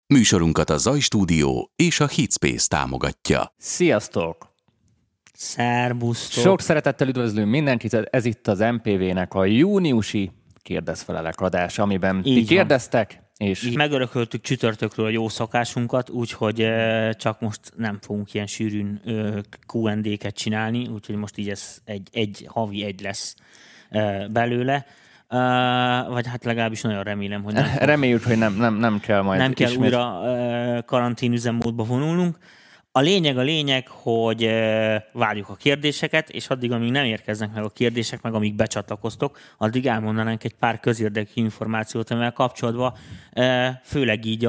Műsorunkat a Zaj Stúdió és a Hitspace támogatja. Sziasztok! Szerbusztok! Sok szeretettel üdvözlünk mindenkit, ez itt az MPV-nek a júniusi kérdezfelelek adása, amiben ti kérdeztek, és megörököltük csütörtökről a jó szokásunkat, úgyhogy csak most nem fogunk ilyen sűrűn Q&A-ket csinálni, úgyhogy most így ez havi egy lesz belőle. Vagy hát legalábbis nagyon remélem, hogy nem. Reméljük, hogy nem kell majd nem kell ismét újra karanténüzemmódba vonulnunk. A lényeg, hogy várjuk a kérdéseket, és addig, amíg nem érkeznek meg a kérdések, meg amíg becsatlakoztok, addig elmondanánk egy pár közérdekű információt, amivel kapcsolatban főleg így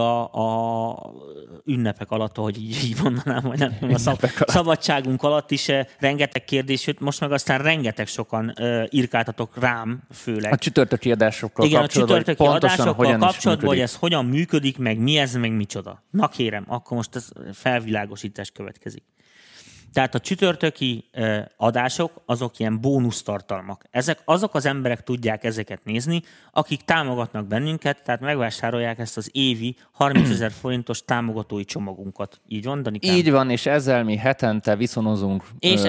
a ünnepek alatt, ahogy így mondanám, vagy nem a szabadságunk alatt is rengeteg kérdés jött, most meg aztán rengeteg sokan írkáltatok rám főleg. A csütörtöki adásokkal kapcsolatban. Igen, a csütörtöki adásokkal kapcsolatban, hogy ez hogyan működik, meg mi ez, meg micsoda. Na kérem, akkor most ez felvilágosítás következik. Tehát a csütörtöki adások, azok ilyen bónusztartalmak. Azok az emberek tudják ezeket nézni, akik támogatnak bennünket, tehát megvásárolják ezt az évi 30 000 forintos támogatói csomagunkat. Így van, Danikám? Így van, és ezzel mi hetente viszonozunk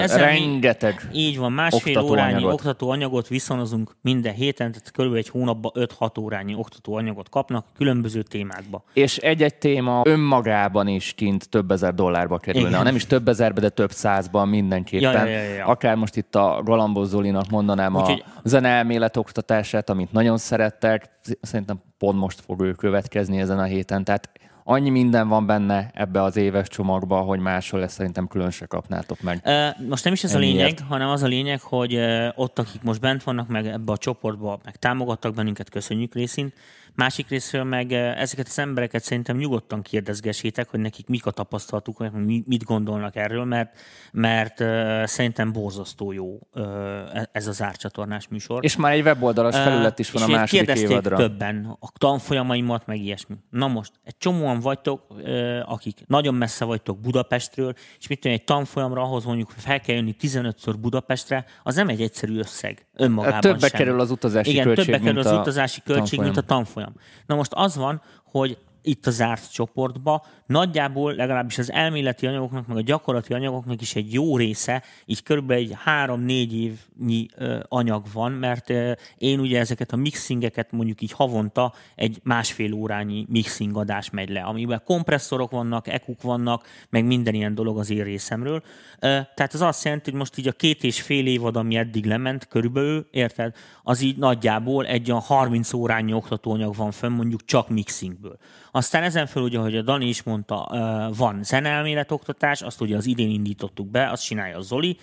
rengeteg így van, másfél órányi oktatóanyagot viszonozunk minden héten, tehát kb. Egy hónapban 5-6 órányi oktatóanyagot kapnak különböző témákba. És egy-egy téma önmagában is kint több ezer dollárba kerülne. Ha nem is több ezerbe, de több százban mindenképpen. Ja. Akár most itt a Galambos Zolinak mondanám a zeneelmélet oktatását, amit nagyon szerettek. Szerintem pont most fog ő következni ezen a héten. Tehát annyi minden van benne ebbe az éves csomagba, hogy máshol lesz, szerintem külön se kapnátok meg. Most nem is ez a lényeg, hanem az a lényeg, hogy ott, akik most bent vannak, meg ebbe a csoportba, meg támogattak bennünket, köszönjük részint. Másik részről meg ezeket az embereket szerintem nyugodtan kérdezgessétek, hogy nekik mik a tapasztalatuk, vagy mit gondolnak erről, mert szerintem borzasztó jó ez az árcsatornás műsor. És már egy weboldalas felület is van a második évadra. Többen a tanfolyamaimat, meg ilyesmi. Na most, egy csomóan vagytok, akik nagyon messze vagytok Budapestről, és mit tudom, egy tanfolyamra ahhoz mondjuk, hogy fel kell jönni 15-ször Budapestre, az nem egy egyszerű összeg önmagában többe kerül az utazási költség, mint a tanfolyam. Na most az van, hogy itt a zárt csoportba nagyjából legalábbis az elméleti anyagoknak, meg a gyakorlati anyagoknak is egy jó része, így körülbelül egy 3-4 évnyi anyag van, mert én ugye ezeket a mixingeket mondjuk így havonta egy másfél órányi mixing adás megy le, amiben kompresszorok vannak, EQ-k vannak, meg minden ilyen dolog az én részemről. Tehát az azt jelenti, hogy most így a 2,5 évad, ami eddig lement körülbelül, érted, az így nagyjából egy olyan 30 órányi oktatóanyag van fönn, mondjuk csak mixingből. Aztán ezen felül, ugye, ahogy a Dani is mondta, van zeneelméletoktatás, azt ugye az idén indítottuk be, azt csinálja a Zoli.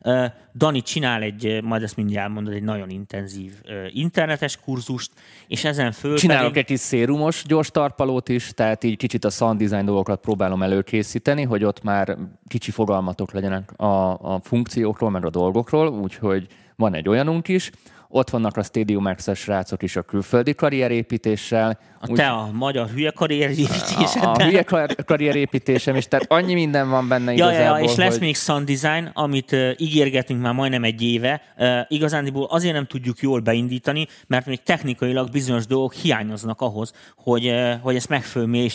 Dani csinál majd ezt mindjárt elmondod, egy nagyon intenzív internetes kurzust, és ezen föl csinálok egy kis szérumos gyors tarpalót is, tehát így kicsit a sound design dolgokat próbálom előkészíteni, hogy ott már kicsi fogalmatok legyenek a funkciókról, meg a dolgokról, úgyhogy van egy olyanunk is. Ott vannak a Stadium X-es srácok is a külföldi karrierépítéssel. A magyar hülye karrierépítésed. A hülye karrierépítésem is, tehát annyi minden van benne igazából. És lesz még sound design, amit ígérgetünk már majdnem egy éve. Igazándiból azért nem tudjuk jól beindítani, mert még technikailag bizonyos dolgok hiányoznak ahhoz, hogy ezt megfelelő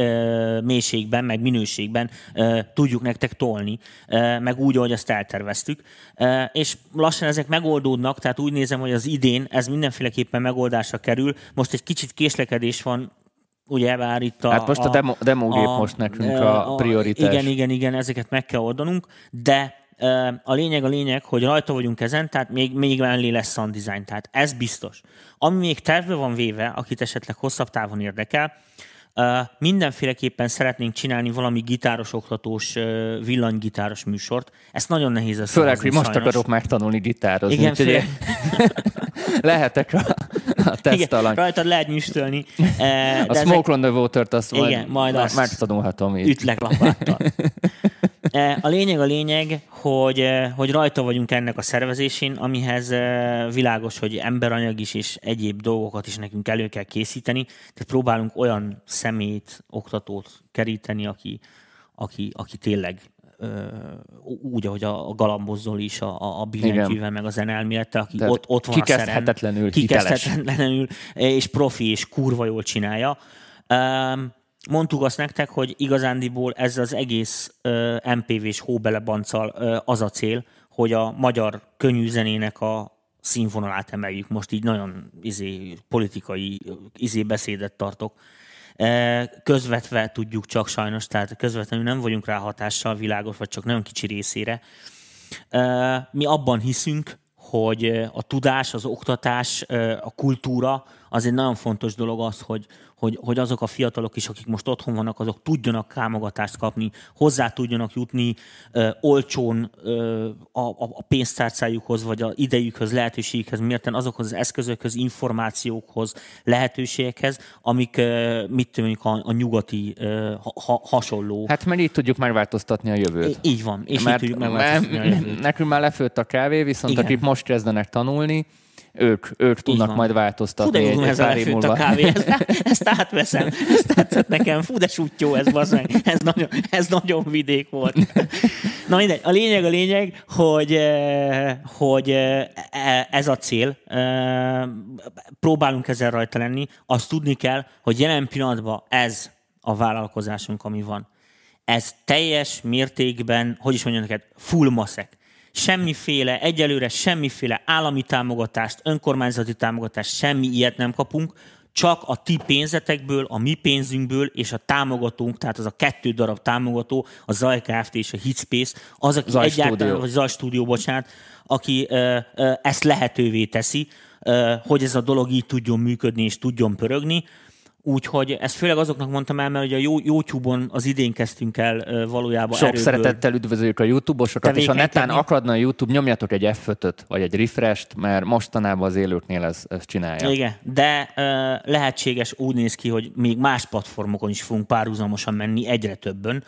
mélységben, meg minőségben tudjuk nektek tolni, meg úgy, ahogy azt elterveztük. És lassan ezek megoldódnak, tehát úgy nézem, hogy az idén ez mindenféleképpen megoldásra kerül. Most egy kicsit késlekedés van, ugye bár itt hát most a demogép most nekünk a prioritás. Igen, ezeket meg kell oldanunk, de a lényeg, hogy rajta vagyunk ezen, tehát még mellé lesz sound design, tehát ez biztos. Ami még tervbe van véve, akit esetleg hosszabb távon érdekel, mindenféleképpen szeretnénk csinálni valami gitáros oktatós, villanygitáros műsort. Ezt nagyon nehéz összehozni. Főleg, hogy most akarok megtanulni gitározni. Igen, lehetek a tesztalany. Rajtad lehet nyüstölni. A Smoke on the Water-t azt majd megtanulhatom így. Ütlek lapáttal. A lényeg, hogy rajta vagyunk ennek a szervezésén, amihez világos, hogy emberanyag is és egyéb dolgokat is nekünk elő kell készíteni. Tehát próbálunk olyan személyt, oktatót keríteni, aki tényleg úgy, ahogy a Galambos Zoli is a billentyűvel, meg a zeneelmélettel, aki ott van a szerem. Kikezdhetetlenül, és profi, és kurva jól csinálja. mondtuk azt nektek, hogy igazándiból ez az egész MPV-s hóbelebanccal az a cél, hogy a magyar könnyűzenének a színvonalát emeljük. Most így nagyon politikai beszédet tartok. Közvetve tudjuk csak sajnos, tehát közvetlenül nem vagyunk rá hatással, világos, vagy csak nagyon kicsi részére. Mi abban hiszünk, hogy a tudás, az oktatás, a kultúra az egy nagyon fontos dolog az, hogy azok a fiatalok is, akik most otthon vannak, azok tudjanak támogatást kapni, hozzá tudjanak jutni olcsón a pénztárcájukhoz, vagy az idejükhöz, lehetőségekhez, mérten azokhoz az eszközökhöz, információkhoz, lehetőségekhez, amik a nyugati hasonló. Hát mert így tudjuk megváltoztatni a jövőt. Így van, és így tudjuk megváltoztatni a jövőt. Nekünk már lefőtt a kávé, viszont akik most kezdenek tanulni, ők tudnak majd változtatni. Fú, de ez lefőtt a kávé, ezt átveszem, ezt tetszett nekem, fú, de sutyó ez, bazd meg. Ez nagyon vidék volt. Na mindegy, a lényeg, hogy ez a cél, próbálunk ezzel rajta lenni, azt tudni kell, hogy jelen pillanatban ez a vállalkozásunk, ami van. Ez teljes mértékben, hogy is mondjam neked, full maszek. Egyelőre semmiféle állami támogatást, önkormányzati támogatást, semmi ilyet nem kapunk, csak a ti pénzetekből, a mi pénzünkből és a támogatónk, tehát az a 2 darab támogató, a Zaj Kft. És a Hitspace, az, aki egyáltalán, vagy Zaj Studio, bocsánat, aki ezt lehetővé teszi, hogy ez a dolog így tudjon működni és tudjon pörögni. Úgyhogy ezt főleg azoknak mondtam el, mert ugye a YouTube-on az idén kezdtünk el valójában sok szeretettel üdvözöljük a YouTube-osokat, és ha netán akadna a YouTube, nyomjatok egy F5-öt, vagy egy refresh-t, mert mostanában az élőknél ezt csinálja. Igen, de lehetséges, úgy néz ki, hogy még más platformokon is fogunk párhuzamosan menni, egyre többen.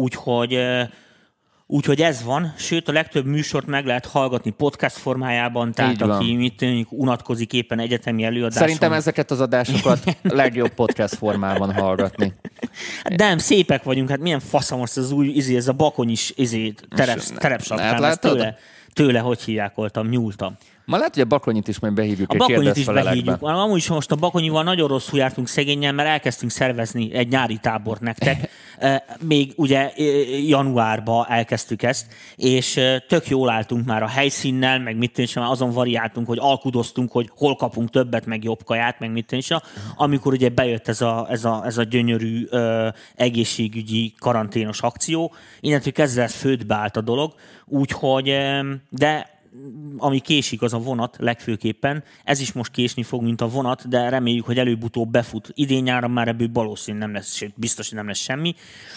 Úgyhogy ez van, sőt a legtöbb műsort meg lehet hallgatni podcast formájában, tehát aki unatkozik éppen egyetemi előadáson. Szerintem ezeket az adásokat legjobb podcast formában hallgatni. De nem, szépek vagyunk, hát milyen faszom most az új, ez a bakony is terepsapkám, tőle hogy hívják, voltam, nyúltam. Ma lehet, hogy a Bakonyit is majd behívjuk. A Bakonyit is behívjuk. Amúgy is most a Bakonyival nagyon rosszul jártunk szegényen, mert elkezdtünk szervezni egy nyári tábort nektek. Még ugye januárban elkezdtük ezt, és tök jól álltunk már a helyszínnel, meg mit tűnse, már azon variáltunk, hogy alkudoztunk, hogy hol kapunk többet, meg jobb kaját, meg mit tűnse. Amikor ugye bejött ez a gyönyörű egészségügyi karanténos akció, innentől kezdve ez földbe állt a dolog, úgyhogy, de ami késik, az a vonat legfőképpen. Ez is most késni fog, mint a vonat, de reméljük, hogy előbb-utóbb befut. Idén-nyáron már ebből valószínűleg nem lesz, sőt, biztos, hogy nem lesz semmi.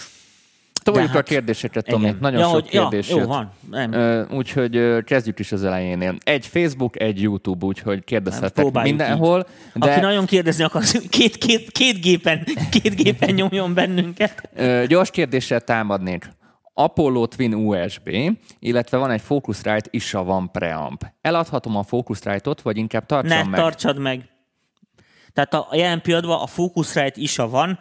Toljuk a kérdéseket, Tomi. Nagyon sok kérdés jött. Jó van. Úgyhogy kezdjük is az elejénél. Egy Facebook, egy YouTube, úgyhogy kérdezhetek mindenhol. De... Aki nagyon kérdezni akar, két gépen nyomjon bennünket. Gyors kérdéssel támadnék. Apollo Twin USB, illetve van egy Focusrite ISA van preamp. Eladhatom a Focusrite-ot, vagy inkább tartsam meg? Ne, tartsad meg. Tehát a jelen pillanatban a Focusrite ISA van,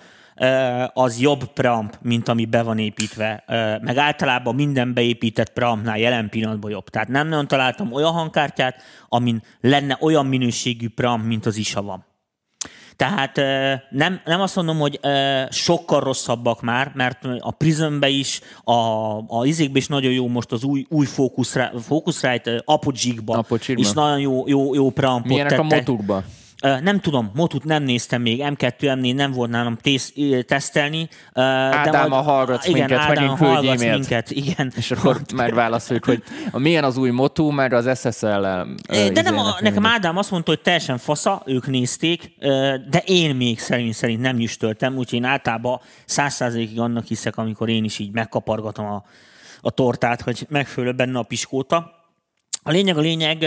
az jobb preamp, mint ami be van építve. Meg általában minden beépített preampnál jelen pillanatban jobb. Tehát nem nagyon találtam olyan hangkártyát, amin lenne olyan minőségű preamp, mint az ISA van. Tehát nem azt mondom, hogy sokkal rosszabbak már, mert a Prismbe is, a izékbe is nagyon jó most az új Focusrite Apogee-ba is nagyon jó preampot tettek. Milyenek a motukba? Nem tudom, Motut nem néztem még, M2, M4 nem volt nálam tesztelni. Ádám, hallgatsz minket, megint küldj e-mailt. Igen. És akkor megválaszoljuk, hogy milyen az új Motu, meg az SSL-lel. De nekem Ádám azt mondta, hogy teljesen fasza, ők nézték, de én még szerint nem nyüstöltem, úgyhogy én általában 100%-ig annak hiszek, amikor én is így megkapargatom a tortát, hogy megfölöbb benne a piskóta. A lényeg,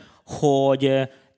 hogy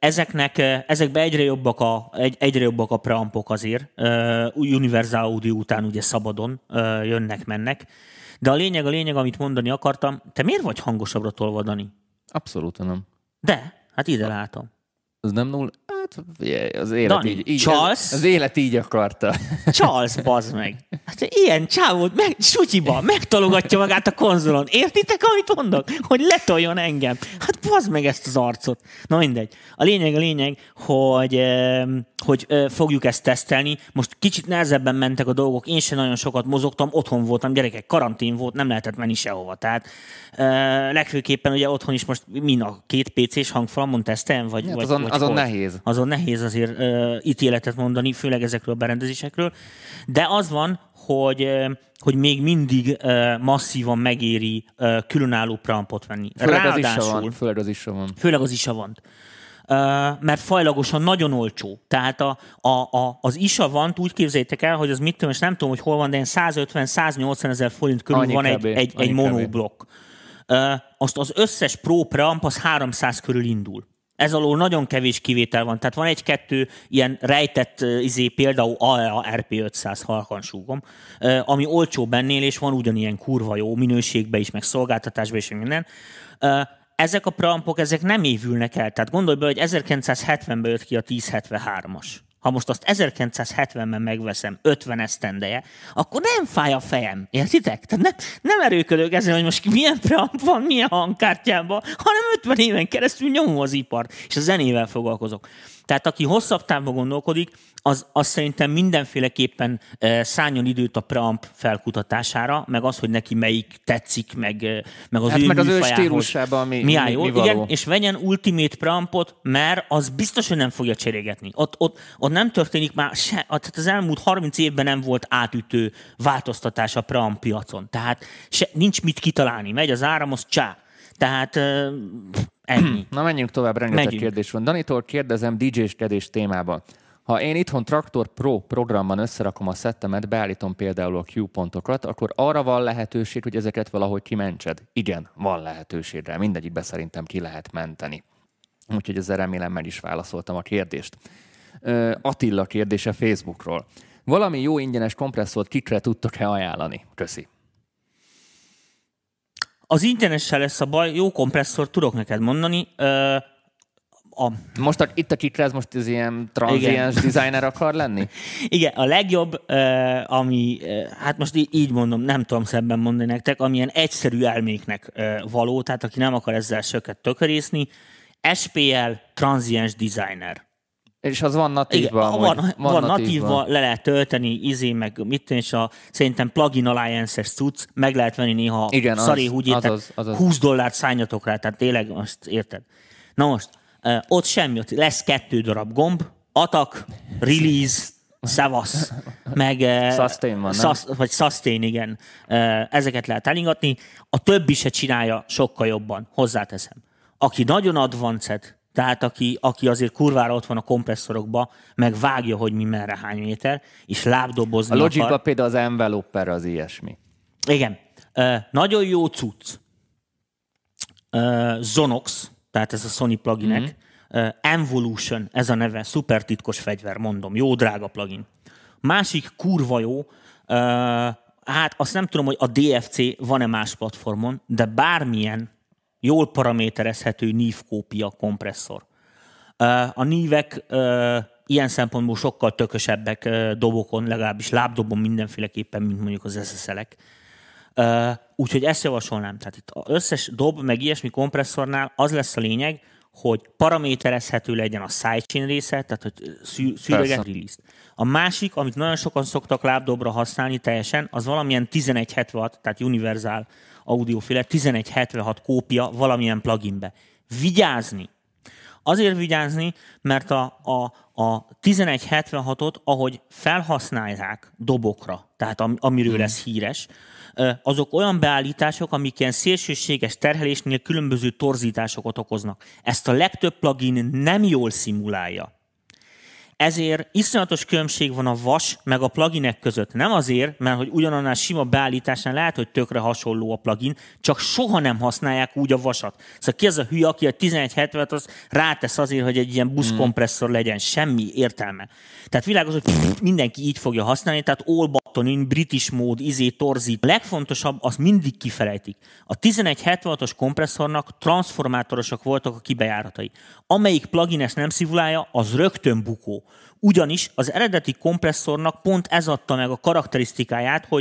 ezekben egyre jobbak a preampok azért. Universal Audio után ugye szabadon jönnek-mennek. De a lényeg, amit mondani akartam, te miért vagy hangosabbra tolva, Dani? Abszolút nem. De, hát ide látom. Az nem null. Hát az élet Dani, így. Charles, az élet így akarta. Charles, bazd meg. Hát ilyen csávót, sutyiba, megtalogatja magát a konzolon. Értitek, amit mondok? Hogy letoljon engem. Hát bazd meg ezt az arcot. Na mindegy. A lényeg, hogy fogjuk ezt tesztelni. Most kicsit nehezebben mentek a dolgok, én sem nagyon sokat mozogtam, otthon voltam, gyerekek, karantén volt, nem lehetett menni sehova. Tehát legfőképpen ugye otthon is most a 2 PC-s hangfalamon tesztelem, vagy azon nehéz. Azon nehéz azért ítéletet mondani, főleg ezekről a berendezésekről. De az van, hogy még mindig masszívan megéri különálló preampot venni. Főleg az ISA van. Főleg az ISA van. Mert fajlagosan nagyon olcsó. Tehát az ISA van, úgy képzeljétek el, hogy az mit tudom, és nem tudom, hogy hol van, de 150-180 ezer forint körül van egy monoblokk. Azt az összes Pro preamp az 300 körül indul. Ez alól nagyon kevés kivétel van. Tehát van 1-2 ilyen rejtett például AEA RP500 halkansúgom, ami olcsóbb ennél, és van ugyanilyen kurva jó minőségben is, meg szolgáltatásban is, minden. Ezek a preampok, ezek nem évülnek el. Tehát gondolj be, hogy 1970-ben jött ki a 1073-as. Ha most azt 1970-ben megveszem 50 esztendeje, akkor nem fáj a fejem. Értitek? Tehát nem erőködök ezen, hogy most milyen preamp van, milyen hangkártyában, hanem 50 éven keresztül nyomom az ipart, és a zenével foglalkozok. Tehát aki hosszabb távban gondolkodik, az szerintem mindenféleképpen szálljon időt a preamp felkutatására, meg az, hogy neki melyik tetszik, meg az ő meg az ő stílusában mi áll jól. Igen, és vegyen ultimate preampot, mert az biztos, hogy nem fogja cserégetni. Ott nem történik már se, tehát az elmúlt 30 évben nem volt átütő változtatás a preamp piacon. Tehát nincs mit kitalálni. Megy az áram, az csá. Tehát ennyi. Na menjünk tovább, rengeteg kérdés van. Danitól kérdezem DJ-skedés témában. Ha én itthon Traktor Pro programban összerakom a szettemet, beállítom például a Q-pontokat, akkor arra van lehetőség, hogy ezeket valahogy kimentsed? Igen, van lehetőség rá. Mindegyikbe szerintem ki lehet menteni. Úgyhogy ezzel remélem meg is válaszoltam a kérdést. Attila kérdése Facebookról. Valami jó ingyenes kompresszort kikre tudtok-e ajánlani? Köszi. Az ingyenessel lesz a baj, jó kompresszort tudok neked mondani. Most itt a Kikrez most ez ilyen tranziens designer akar lenni? Igen, a legjobb, ami, hát most így mondom, nem tudom szebben mondani nektek, amilyen egyszerű elméknek való, tehát aki nem akar ezzel söket tökörészni, SPL tranziens designer. És az van natívban? Van natívban, le lehet tölteni, meg mit tudom, és szerintem plugin alliance-es cucc, meg lehet venni néha szaré húgyét, $20 szálljatok rá, tehát tényleg azt érted. Na most, ott semmi, ott lesz 2 darab gomb, attack, release, szevasz, meg sustain van, vagy sustain, igen. Ezeket lehet elingatni. A többi se csinálja sokkal jobban, hozzáteszem. Aki nagyon advanced, tehát aki azért kurvára ott van a kompresszorokba, meg vágja, hogy mi merre hány méter, és lábdobozni akar. A Logicban például az enveloper az ilyesmi. Igen. Nagyon jó cucc. Zonox, tehát ez a Sony pluginek. Envolution, ez a neve, szuper titkos fegyver, mondom. Jó, drága plugin. Másik kurva jó, hát azt nem tudom, hogy a DFC van-e más platformon, de bármilyen jól paraméterezhető NIV kópia kompresszor. A NIV-ek ilyen szempontból sokkal tökösebbek dobokon, legalábbis lábdobon mindenféleképpen, mint mondjuk az SSL-ek. Úgyhogy ezt javasolnám. Tehát itt az összes dob, meg ilyesmi kompresszornál az lesz a lényeg, hogy paraméterezhető legyen a sidechain része, tehát hogy szűröget release-t. A másik, amit nagyon sokan szoktak lábdobra használni teljesen, az valamilyen 1176, tehát universal audiofile, 1176 kópia valamilyen pluginbe. Vigyázni! Azért vigyázni, mert a 1176-ot, ahogy felhasználják dobokra, tehát amiről ez híres, azok olyan beállítások, amik ilyen szélsőséges terhelésnél különböző torzításokat okoznak. Ezt a legtöbb plugin nem jól szimulálja. Ezért iszonyatos különbség van a vas meg a pluginek között. Nem azért, mert hogy ugyanannál sima beállításnál lehet, hogy tökre hasonló a plugin, csak soha nem használják úgy a vasat. Szóval ki az a hülye, aki a 1170-et az rátesz azért, hogy egy ilyen buszkompresszor legyen. Semmi értelme. Tehát világos, hogy mindenki így fogja használni, tehát all button in, British mód, torzít. A legfontosabb, azt mindig kifelejtik. A 1176-os kompresszornak transformátorosak voltak a kibejáratai. Amelyik plugin ezt nem szimulálja, az rögtön bukó. Ugyanis az eredeti kompresszornak pont ez adta meg a karakterisztikáját,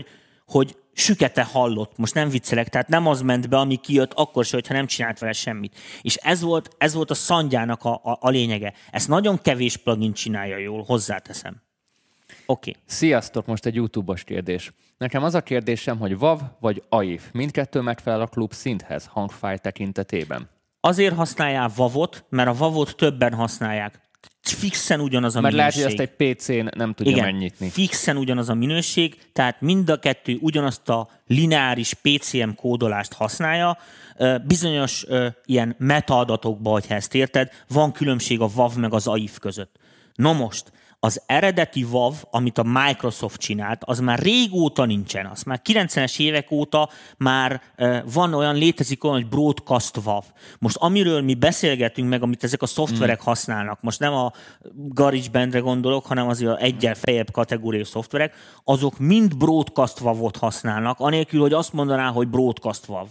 hogy sükete hallott, most nem viccelek, tehát nem az ment be, ami kijött akkor se, hogyha nem csinált vele semmit. És ez volt a Szandjának a lényege. Ezt nagyon kevés plugin csinálja jól, hozzáteszem. Oké. Sziasztok, most egy YouTube-os kérdés. Nekem az a kérdésem, hogy WAV vagy AIF, mindkettő megfelel a klub szinthez hangfájl tekintetében. Azért használják WAV-ot, mert a WAV-ot többen használják. Fixen ugyanaz a mert minőség. Mert lehet, hogy ezt egy PC-n nem tudja megnyitni. Fixen ugyanaz a minőség, tehát mind a kettő ugyanazt a lineáris PCM kódolást használja. Bizonyos ilyen metaadatokban, hogyha ezt érted, van különbség a WAV meg az AIF között. No most, az eredeti WAV, amit a Microsoft csinált, az már régóta nincsen. Az már 90-es évek óta már van olyan, létezik olyan, hogy Broadcast WAV. Most amiről mi beszélgetünk meg, amit ezek a szoftverek használnak, most nem a GarageBandre gondolok, hanem azért egyel feljebb kategóriai szoftverek, azok mind Broadcast WAV-ot használnak, anélkül, hogy azt mondaná, hogy Broadcast WAV.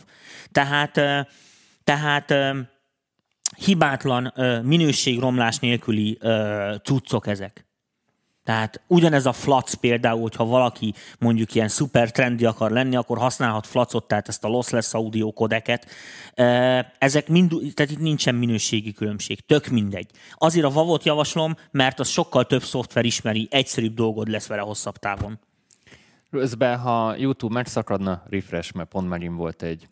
Tehát hibátlan minőségromlás nélküli cuccok ezek. Tehát ugyanez a FLAC például, hogyha valaki mondjuk ilyen szuper trendi akar lenni, akkor használhat FLAC-ot, tehát ezt a lossless audio kodeket. Ezek mind, tehát itt nincsen minőségi különbség, tök mindegy. Azért a WAV-ot javaslom, mert az sokkal több szoftver ismeri, egyszerűbb dolgod lesz vele hosszabb távon. Közben, ha YouTube megszakadna, refresh, mert pont megint volt egy...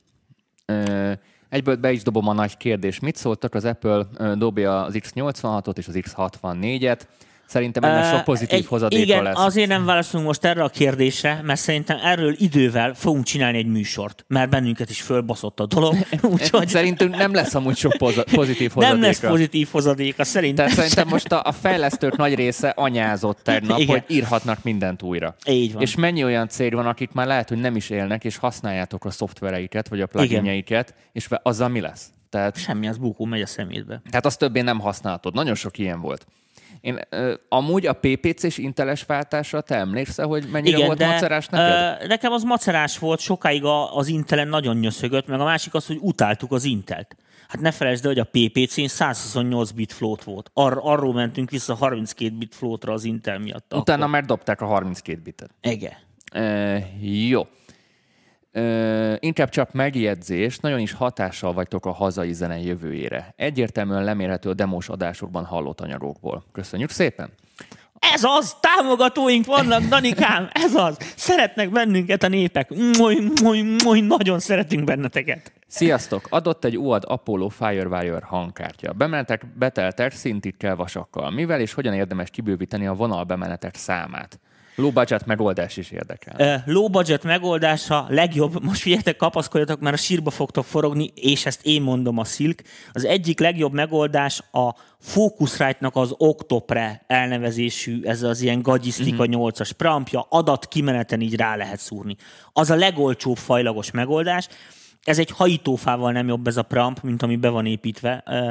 Egyből be is dobom a nagy kérdést. Mit szóltak, az Apple dobja az X86-ot és az X64-et? Szerintem ennek sok pozitív hozadéka igen, lesz. Azért nem válaszolunk most erre a kérdésre, mert szerintem erről idővel fogunk csinálni egy műsort, mert bennünket is fölbaszott a dolog. Úgyhogy... Szerintünk nem lesz amúgy sok pozitív hozadéka. Nem lesz pozitív hozadéka, szerintem. Tehát szerintem most a fejlesztők nagy része anyázott tegnap, igen, hogy írhatnak mindent újra. Így van. És mennyi olyan cég van, akik már lehet, hogy nem is élnek, és használjátok a szoftvereiket, vagy a pluginjeiket, és azzal mi lesz? Tehát... Semmi, az bukó megy a szemétbe. Tehát azt többé nem használtod. Nagyon sok ilyen volt. Én amúgy a PPC-s Inteles váltásra te emlékszel, hogy mennyire volt macerás neked? Nekem az macerás volt, sokáig az Intelen nagyon nyöszögött, meg a másik az, hogy utáltuk az Intelt. Hát ne felejtsd el, hogy a PPC-n 128 bit float volt. Arról mentünk vissza 32 bit floatra az Intel miatt. Utána akkor már dobták a 32 bitet. Igen. Jó. Inkább csak megjegyzés, nagyon is hatással vagytok a hazai zene jövőjére. Egyértelműen lemérhető a demós adásokban hallott anyagokból. Köszönjük szépen! Ez az! Támogatóink vannak, Danikám! Ez az! Szeretnek bennünket a népek! Nagyon szeretünk benneteket! Sziasztok! Adott egy UAD Apollo Firewire hangkártya. Bemenetek beteltek szintikkel vasakkal. Mivel és hogyan érdemes kibővíteni a vonalbemenetek számát? Low budget megoldás is érdekel. Low budget megoldása legjobb, most figyeljetek, kapaszkodjatok, mert a sírba fogtok forogni, és ezt én mondom, a Silk. Az egyik legjobb megoldás a Focusrite-nak az Octopre elnevezésű, ez az ilyen gagyisztika 8-as preampja, adatkimeneten így rá lehet szúrni. Az a legolcsóbb fajlagos megoldás. Ez egy hajítófával nem jobb ez a preamp, mint ami be van építve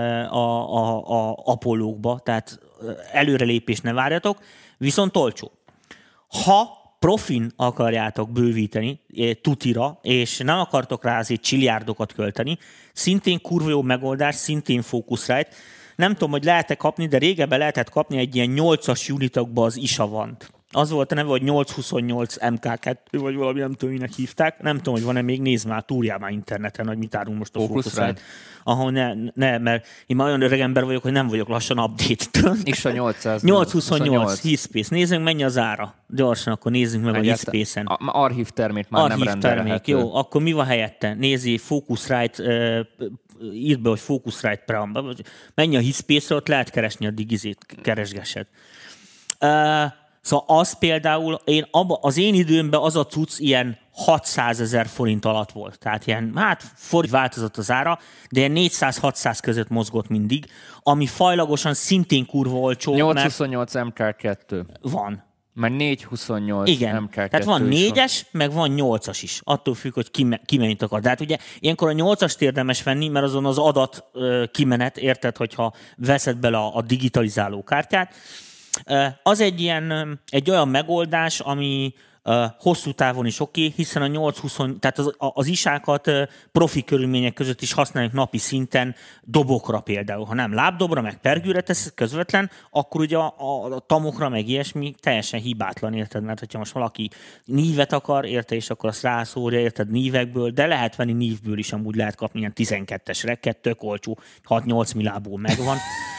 a Apollókba, tehát előrelépést ne várjatok, viszont olcsó. Ha profin akarjátok bővíteni tutira, és nem akartok rá azért csiliárdokat költeni, szintén kurva jó megoldás, szintén Focusrite. Nem tudom, hogy lehet-e kapni, de régebben lehetett kapni egy ilyen 8-as unitokba az Isavant. Az volt a neve, hogy 828 MK2, vagy valami, nem tudom, minek hívták. Nem tudom, hogy van-e még, nézd már, túrjál már interneten, hogy mit árunk most a Focusrite. Ahol ne, mert én már olyan öreg ember vagyok, hogy nem vagyok lassan update. És a 828 HeatSpace. Nézzünk, mennyi az ára. Gyorsan, akkor nézzünk meg a HeatSpace-en. Archív termék már nem rendelhető. Jó, akkor mi van helyette? Nézzé, Focusrite, írd be, hogy Focusrite preamp. Menj a HeatSpace-re, ott lehet keresni a digizét, keresgessed. Szóval az például, az én időmben az a cucc ilyen 600 000 forint alatt volt. Tehát ilyen, forint változott az ára, de ilyen 400-600 között mozgott mindig, ami fajlagosan szintén kurva olcsó. 828 MK2. Van. Mert 428 igen. MK2. Tehát van 4-es, meg van 8-as is. Attól függ, hogy ki mennyit akar. De hát ugye ilyenkor a 8-ast érdemes venni, mert azon az adat kimenet, érted, hogyha veszed bele a digitalizáló kártyát. Az egy olyan megoldás, ami hosszú távon is oké, hiszen a 8-20, tehát az isákat profi körülmények között is használjuk napi szinten dobokra például. Ha nem lábdobra, meg pergőre tesz közvetlen, akkor ugye a tamokra, meg ilyesmi teljesen hibátlan, érted? Mert hogyha most valaki nívet akar, érted, és akkor azt rászórja, érted, nívekből, de lehet venni nívből is, amúgy lehet kapni ilyen 12-es rekket, tök olcsó, 6-8 milliából megvan.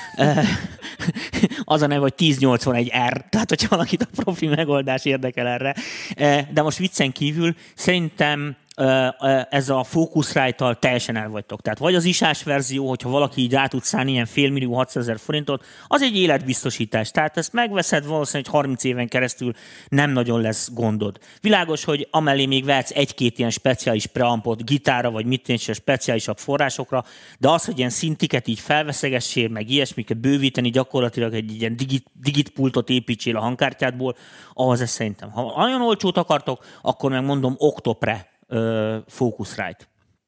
Az a neve, hogy 1081R, tehát hogyha valakit a profi megoldás érdekel erre. De most viccen kívül szerintem ez a Focusrite-tal teljesen el vagytok. Tehát vagy az isás verzió, hogyha valaki így rá tud szállni ilyen 500 000 600 000 forintot, az egy életbiztosítás. Tehát ezt megveszed valószínűleg 30 éven keresztül nem nagyon lesz gondod. Világos, hogy amellé még vehetsz egy-két ilyen speciális preampot gitárra, vagy mit tényleg speciálisabb forrásokra, de az, hogy ilyen szintiket így felveszegessél, meg ilyesmiket bővíteni, gyakorlatilag egy ilyen digit pultot építsél a hangkártyádból, ahhoz ez szerintem. Ha nagyon olcsót akartok, akkor megmondom Octopre Focusrite.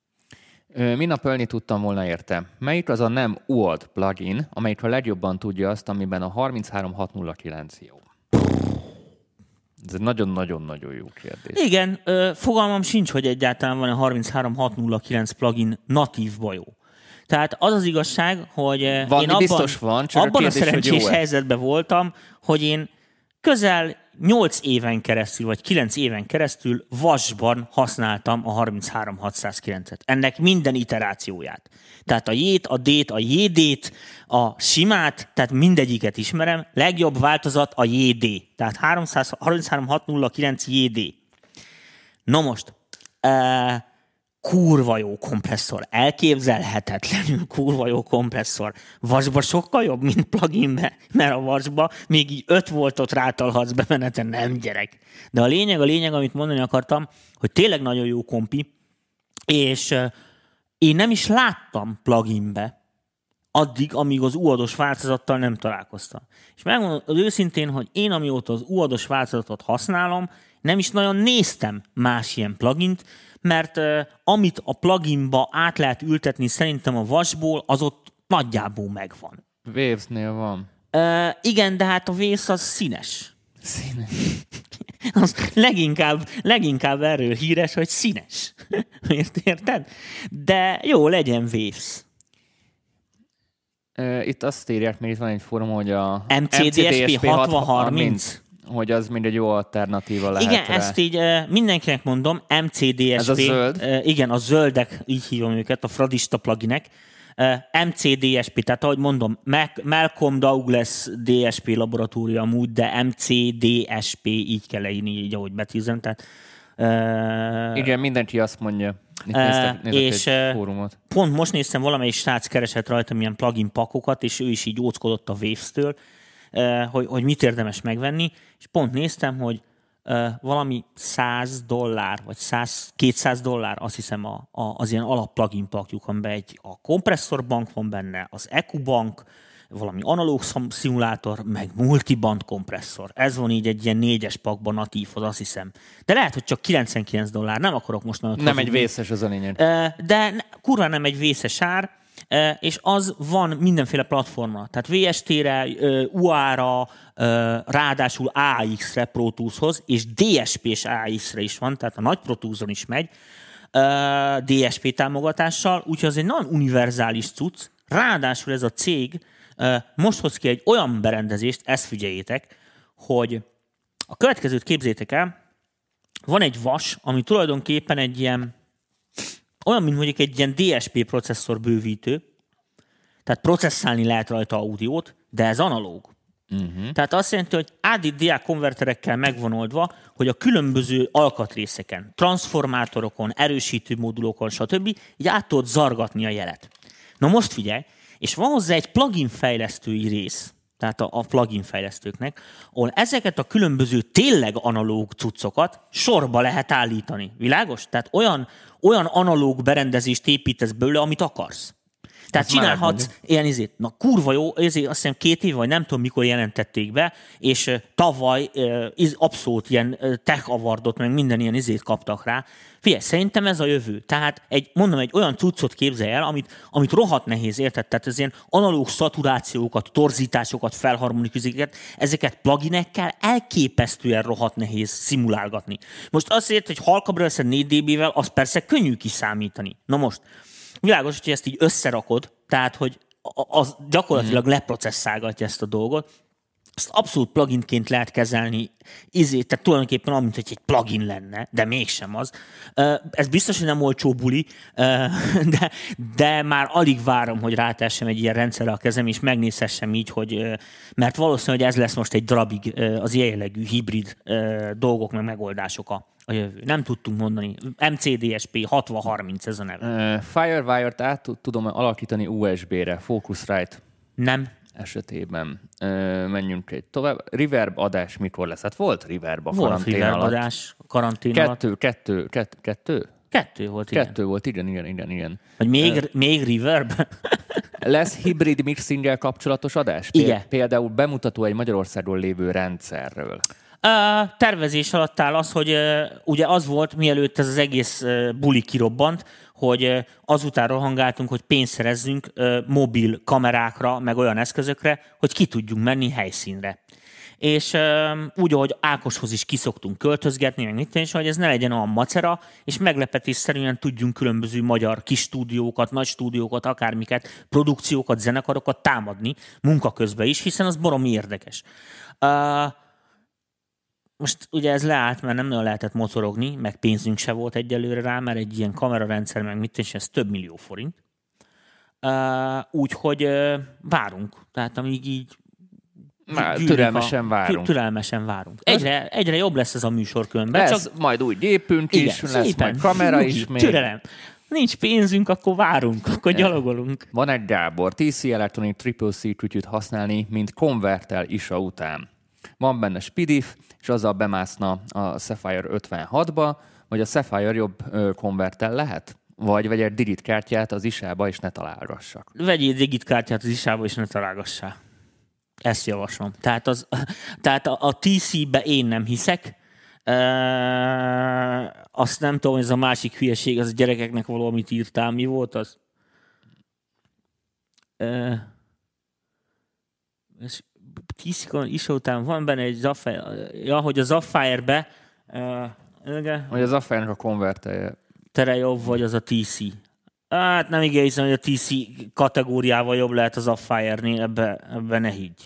Minap ölni tudtam volna érte. Melyik az a nem UAD plugin, amelyik a legjobban tudja azt, amiben a 33609 jó? Ez egy nagyon-nagyon-nagyon jó kérdés. Igen, fogalmam sincs, hogy egyáltalán van a 33609 plugin natívba jó. Tehát az az igazság, hogy én abban a szerencsés helyzetben voltam, hogy én közel 8 éven keresztül, vagy 9 éven keresztül vasban használtam a 33609-et. Ennek minden iterációját. Tehát a J-t, a D-t, a JD-t, a simát, tehát mindegyiket ismerem. Legjobb változat a JD. Tehát 33609 JD. No most, kurva jó kompresszor. Elképzelhetetlenül kurva jó kompresszor. Vasba sokkal jobb, mint pluginbe, mert a vasba még így 5 voltot rátalhatsz bemeneten, nem gyerek. De a lényeg, amit mondani akartam, hogy tényleg nagyon jó kompi, és én nem is láttam pluginbe addig, amíg az UAD-os változattal nem találkoztam. És megmondom az őszintén, hogy én amióta az UAD-os változatot használom, nem is nagyon néztem más ilyen plugint, mert amit a pluginba át lehet ültetni szerintem a vasból, az ott nagyjából megvan. Waves-nél van. Igen, de hát a Waves az színes. Színes. Az leginkább erről híres, hogy színes. Érted? De jó, legyen Waves. Itt azt írják, mert itt van egy fórum, hogy a MCDSP 6030, hogy az mindegy jó alternatíva lehet. Igen, rá. ezt így mindenkinek mondom, MCDSP. Ez a zöld? Igen, a zöldek, így hívom őket, a fradista pluginek. MCDSP, tehát ahogy mondom, Malcolm Douglas DSP laboratórium amúgy, de MCDSP, így kell leírni, így ahogy betízem. Tehát, igen, mindenki azt mondja. Néztek és egy fórumot. Pont most néztem, valamelyik srác keresett rajta ilyen plugin pakokat, és ő is így óckodott a Waves-től, hogy mit érdemes megvenni, és pont néztem, hogy valami $100, vagy $200, azt hiszem az ilyen alap plugin pakjuk, amiben a kompresszorbank van benne, az EQ bank, valami analóg szimulátor, meg multiband kompresszor. Ez van így egy ilyen 4-es pakban natívhoz, azt hiszem. De lehet, hogy csak $99, nem akarok most nagyon nem egy vészes az a lényeg. De kurva nem egy vészes ár, és az van mindenféle platformra. Tehát VST-re, UA-ra, ráadásul AX-re Pro Tools-hoz, és DSP-s AX-re is van, tehát a nagy Pro Tools-on is megy, DSP támogatással, úgyhogy az egy nagyon univerzális cucc. Ráadásul ez a cég most hoz ki egy olyan berendezést, ezt figyeljétek, hogy a következőt képzétek el, van egy vas, ami tulajdonképpen egy ilyen olyan, mint mondjuk egy ilyen DSP processzor bővítő, tehát processzálni lehet rajta audiót, de ez analóg. Uh-huh. Tehát azt jelenti, hogy AD-DA konverterekkel megvan oldva, hogy a különböző alkatrészeken, transformátorokon, erősítő modulokon, stb. Így át tudod zargatni a jelet. Na most figyelj, és van hozzá egy plugin fejlesztői rész, tehát a plugin fejlesztőknek, ahol ezeket a különböző tényleg analóg cuccokat sorba lehet állítani. Világos? Tehát olyan analóg berendezést építesz belőle, amit akarsz. Tehát csinálhatsz ilyen izét. Na kurva jó, ezért azt hiszem 2 év, vagy nem tudom mikor jelentették be, és tavaly abszolút ilyen tech awardot, meg minden ilyen izét kaptak rá. Figyelj, szerintem ez a jövő. Tehát egy olyan cuccot képzelj el, amit rohadt nehéz, érted? Tehát ez ilyen analóg szaturációkat, torzításokat, felharmonikuziket, ezeket pluginekkel elképesztően rohadt nehéz szimulálgatni. Most azért, hogy halkabbra veszed 4 dB-vel, az persze könnyű kiszámítani. Na most, világos, hogy ezt így összerakod, tehát, hogy az gyakorlatilag leprocesszálgatja ezt a dolgot, azt abszolút pluginként lehet kezelni, tehát tulajdonképpen amint, hogy egy plugin lenne, de mégsem az. Ez biztos, hogy nem olcsó buli, de már alig várom, hogy rátessem egy ilyen rendszerre a kezem, és megnézhessem így, mert valószínűleg ez lesz most egy darabig az ilyen jellegű hibrid dolgok, meg megoldások a jövő. Nem tudtunk mondani. MCDSP 6030 ez a neve. Firewire-t át tudom alakítani USB-re, Focusrite. Nem. Esetében menjünk egy tovább. Reverb adás mikor lesz? Hát volt reverb a volt karantén reverb alatt. Adás karantén alatt. Kettő volt, igen. Kettő volt, igen. Vagy még reverb? Lesz hibrid mixinggel kapcsolatos adás? Igen. Például bemutató egy Magyarországon lévő rendszerről. Tervezés alatt áll az, hogy ugye az volt, mielőtt ez az egész buli kirobbant, hogy azután rohangáltunk, hogy pénzt szerezzünk mobil kamerákra, meg olyan eszközökre, hogy ki tudjunk menni helyszínre. És úgy, ahogy Ákoshoz is kiszoktunk költözgetni, meg mit és hogy ez ne legyen olyan macera, és meglepetésszerűen tudjunk különböző magyar kis stúdiókat, nagy stúdiókat, akármiket, produkciókat, zenekarokat támadni munka közben is, hiszen az baromi érdekes. Most ugye ez leállt, mert nem nagyon lehetett mocorogni, meg pénzünk se volt egyelőre rá, mert egy ilyen kamerarendszer, meg mit, és ez több millió forint. Úgyhogy várunk. Tehát amíg így türelmesen várunk. Türelmesen várunk. Egyre jobb lesz ez a műsor különben. Lesz csak majd új gépünk is, igen, lesz szépen, majd kamera is még. Türelem. Nincs pénzünk, akkor várunk, akkor gyalogolunk. Van egy Gábor, TC Electronic Triple C kütyűt használni, mint konvertel ISA után. Van benne SPDIF, és azzal bemászna a Sapphire 56-ba, vagy a Sapphire jobb konvertel lehet? Vagy vegyél digit kártyát az ISA-ba, és ne találgassak. Vegyél digit kártyát az ISA-ba, és ne találgassák. Ezt javaslom. Tehát a TC-be én nem hiszek. Azt nem tudom, hogy ez a másik hülyeség, az a gyerekeknek való, amit írtál. Mi volt az? TC-kon is után van benne egy Sapphire. Ja, hogy a Sapphire-be hogy az Sapphire-nek a konvertelje. Tere jobb vagy az a TC. Hát nem igen hiszem, hogy a TC kategóriával jobb lehet az Sapphire-nél, ebbe ne higgy.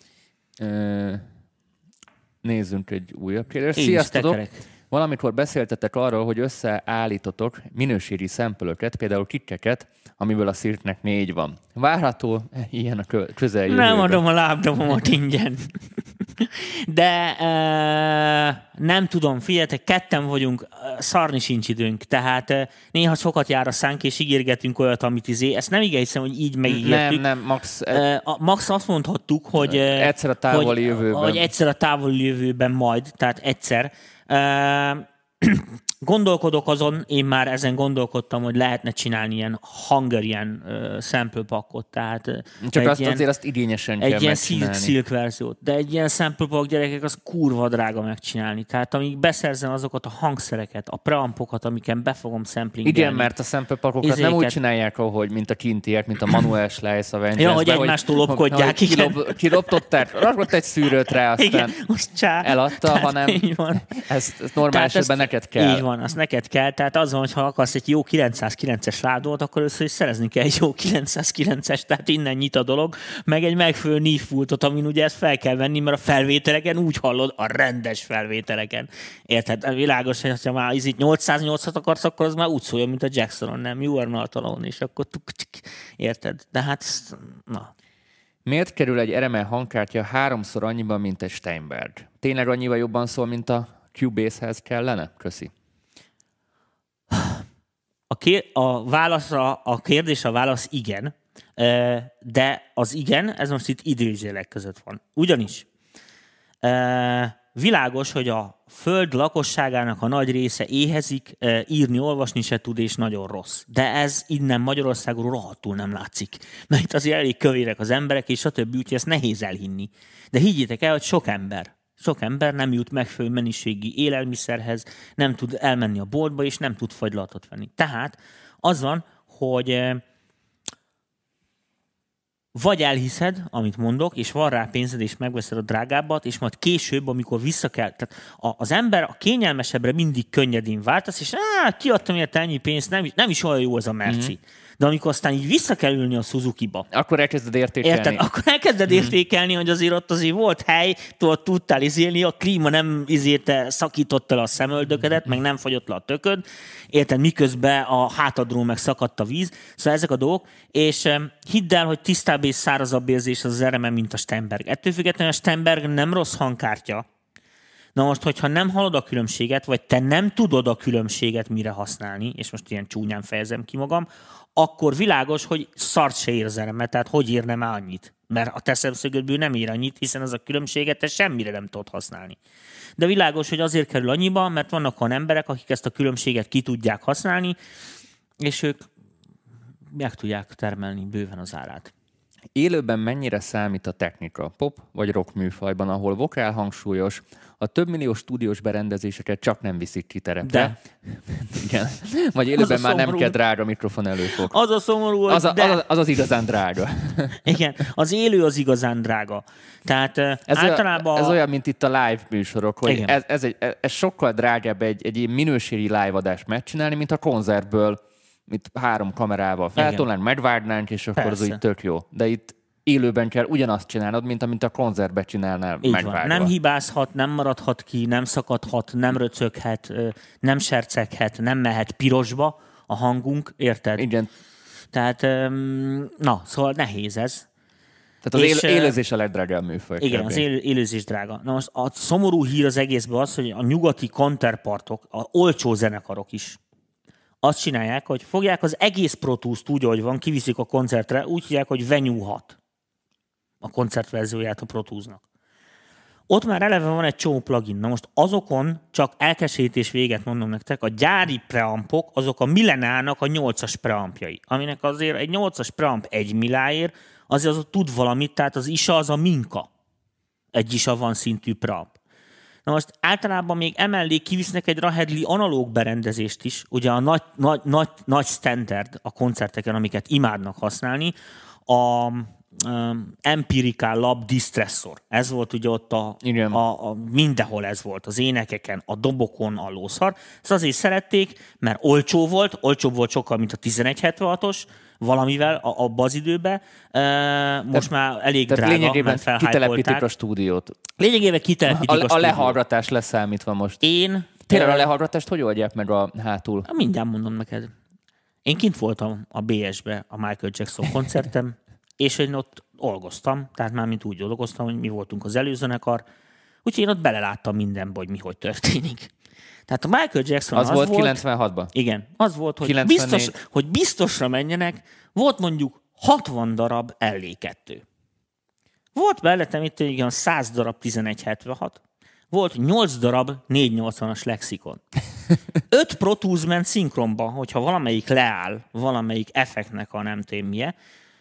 Nézzünk egy újabb kérdést. Sziasztok! Valamikor beszéltetek arról, hogy összeállítotok minőségi szempölöket, például kikkeket, amiből a Sirtnek 4 van. Várható ilyen a közeljövőben? Nem adom a lábdobomat ingyen. De nem tudom, figyeljetek, ketten vagyunk, szarni sincs időnk, tehát néha sokat jár a szánk, és ígérgetünk olyat, amit ezt nem igen hiszem, hogy így megígértük. Nem, Max. Max azt mondhattuk, hogy egyszer a távoli jövőben. Hogy egyszer a távoli jövőben majd, tehát egyszer. Gondolkodok azon, én már ezen gondolkodtam, hogy lehetne csinálni ilyen Hungarian sample packot, tehát csak azért azt igényesen kell egy ilyen megcsinálni. silk verziót, de egy ilyen sample pack, gyerekek, az kurva drága megcsinálni. Tehát amíg beszerzem azokat a hangszereket, a preampokat, amiken be fogom samplingelni. Igen, mert a sample packokat nem úgy csinálják, ahogy mint a kintiek, mint a Manuel Slice Avengers. Ja, hogy egymástól lopkodják. Kiloptották, rakott egy szűrőt rá, aztán eladta, hanem ez normál esetben neked kell. Így van, azt neked kell. Tehát az van, hogy ha akarsz egy jó 909-es ládót, akkor össze is szerezni kell egy jó 909-es, tehát innen nyit a dolog, meg egy megfelelő nívpultot, amin ugye ezt fel kell venni, mert a felvételeken úgy hallod, a rendes felvételeken. Érted? Világos, hogy ha már 808-at akarsz, akkor az már úgy szóljon, mint a Jacksonon, nem? You are not alone, és akkor érted? De hát, na. Miért kerül egy RML hangkártya 3-szor annyiba, mint egy Steinberg? Tényleg annyival jobban szól, mint a Cubase-hez kellene? Köszi. A kérdés, a válasz igen, de az igen, ez most itt idézőjelek között van. Ugyanis Világos, hogy a Föld lakosságának a nagy része éhezik, írni, olvasni se tud, és nagyon rossz. De ez innen Magyarországról rohadtul nem látszik. Mert itt azért elég kövérek az emberek, és stb. Úgyhogy ezt nehéz elhinni. De higgyétek el, hogy sok ember nem jut megfelelő mennyiségi élelmiszerhez, nem tud elmenni a boltba, és nem tud fagylaltot venni. Tehát az van, hogy vagy elhiszed, amit mondok, és van rá pénzed, és megveszed a drágábbat, és majd később, amikor vissza kell... Tehát az ember a kényelmesebbre mindig könnyedén váltasz, és kiadtam érte ennyi pénzt, nem is olyan jó ez a merci. De amikor aztán így vissza kell ülni a Suzuki-ba. Akkor elkezded értékelni. Érted? Akkor elkezded értékelni, hogy azért volt hely, tudtál izélni, a klíma nem szakította le a szemöldökedet, meg nem fagyott le a tököd. Érted? Miközben a hátadról meg szakadt a víz. Szóval ezek a dolgok. És hidd el, hogy tisztább és szárazabb érzés az RMM, mint a Sternberg. Ettől függetlenül a Sternberg nem rossz hangkártya. Na most, hogyha nem hallod a különbséget, vagy te nem tudod a különbséget mire használni, és most ilyen csúnyán fejezem ki magam, akkor világos, hogy szart se ér az RMM, tehát hogy érne már annyit? Mert a te szemszögödből nem ér annyit, hiszen az a különbséget te semmire nem tudod használni. De világos, hogy azért kerül annyiba, mert vannak olyan emberek, akik ezt a különbséget ki tudják használni, és ők meg tudják termelni bőven az árát. Élőben mennyire számít a technika? Pop vagy rock műfajban, ahol vokál hangsúlyos, a több millió stúdiós berendezéseket csak nem viszik ki terepre. De. Igen. Vagy élőben már nem kell drága mikrofon előfog. Az a szomorú, az igazán drága. Igen, az élő az igazán drága. Tehát általában... Ez olyan, mint itt a live műsorok, hogy ez sokkal drágább egy minőségi live-adást megcsinálni, mint a koncertből itt 3 kamerával feltolnánk, megvárnánk, és akkor az úgy tök jó. De itt élőben kell ugyanazt csinálnod, mint amint a koncertben csinálnál megvárva. Nem hibázhat, nem maradhat ki, nem szakadhat, nem röcöghet, nem serceghet, nem mehet pirosba a hangunk, érted? Igen. Tehát, szóval nehéz ez. Tehát az élőzés a legdrágább műfaj. Igen, az élőzés drága. Na most a szomorú hír az egészben az, hogy a nyugati counterpartok, a olcsó zenekarok is azt csinálják, hogy fogják az egész Pro Tools-t úgy, ahogy van, kiviszik a koncertre, úgy hívják, hogy Venue 6 a koncertverzióját a Pro Tools-nak. Ott már eleve van egy csomó plugin. Na most azokon csak elkeserítés véget mondom nektek, a gyári preampok, azok a Millenárnak a 8-as preampjai, aminek azért egy 8-as preamp 1 milláért, azért az tud valamit, tehát az ISA az a Minka. Egy ISA van szintű preamp. Na most általában még emellé kivisznek egy Rahedli analóg berendezést is, ugye a nagy standard a koncerteken, amiket imádnak használni, a Empirical Lab Distressor. Ez volt ugye ott mindenhol ez volt, az énekeken, a dobokon, a lószar. Ezt azért szerették, mert olcsóbb volt sokkal, mint a 1176-os, valamivel abban az időben. Most már elég drága, lényegében mert felhájpolták. a stúdiót. Lényegében kithelyepítik a stúdiót. A lehallgatás leszámítva most. Tényleg a lehallgatást hogy oldják meg a hátul? Mindjárt mondom neked. Én kint voltam a BS-be a Michael Jackson koncertem, és én ott dolgoztam, tehát már mint úgy dolgoztam, hogy mi voltunk az előzenekar, úgyhogy én ott beleláttam mindenbe, hogy mi hogy történik. Tehát a Michael Jackson az volt 96-ban? Igen, az volt, hogy biztosra menjenek, volt mondjuk 60 darab LE2. Volt mellettem itt egy 100 darab 1176, volt 8 darab 480-as Lexikon. 5 Pro Tools ment szinkronba, hogyha valamelyik leáll, valamelyik effektnek a nem tudom milyen.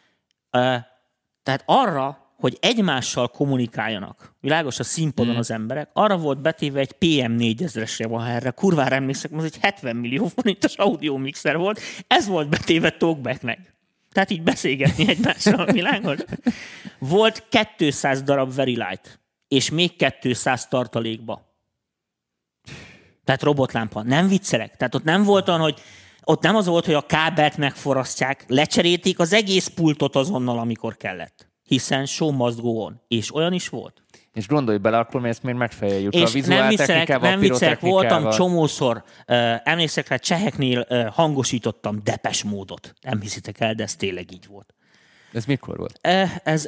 Tehát arra, hogy egymással kommunikáljanak, világos a színpadon az emberek, arra volt betéve egy PM4000-esre, ha erre kurvára emlékszek, az egy 70 millió forintos audiomixer volt, ez volt betéve talkbacknek. Tehát így beszélgetni egymással, világos. Volt 200 darab Very Light, és még 200 tartalékba. Tehát robotlámpa. Nem viccelek. Tehát ott nem volt olyan, hogy ott nem az volt, hogy a kábelt megforrasztják, lecserélték az egész pultot azonnal, amikor kellett. Hiszen show must go on. És olyan is volt. És gondolj bele, akkor mi ezt még megfejeljük és a vizuáltechnikával, nem viccelek, voltam csomószor, emlékszek rá, cseheknél hangosítottam Depeche Mode-ot. Nem hiszitek el, de ez tényleg így volt. Ez mikor volt? Ez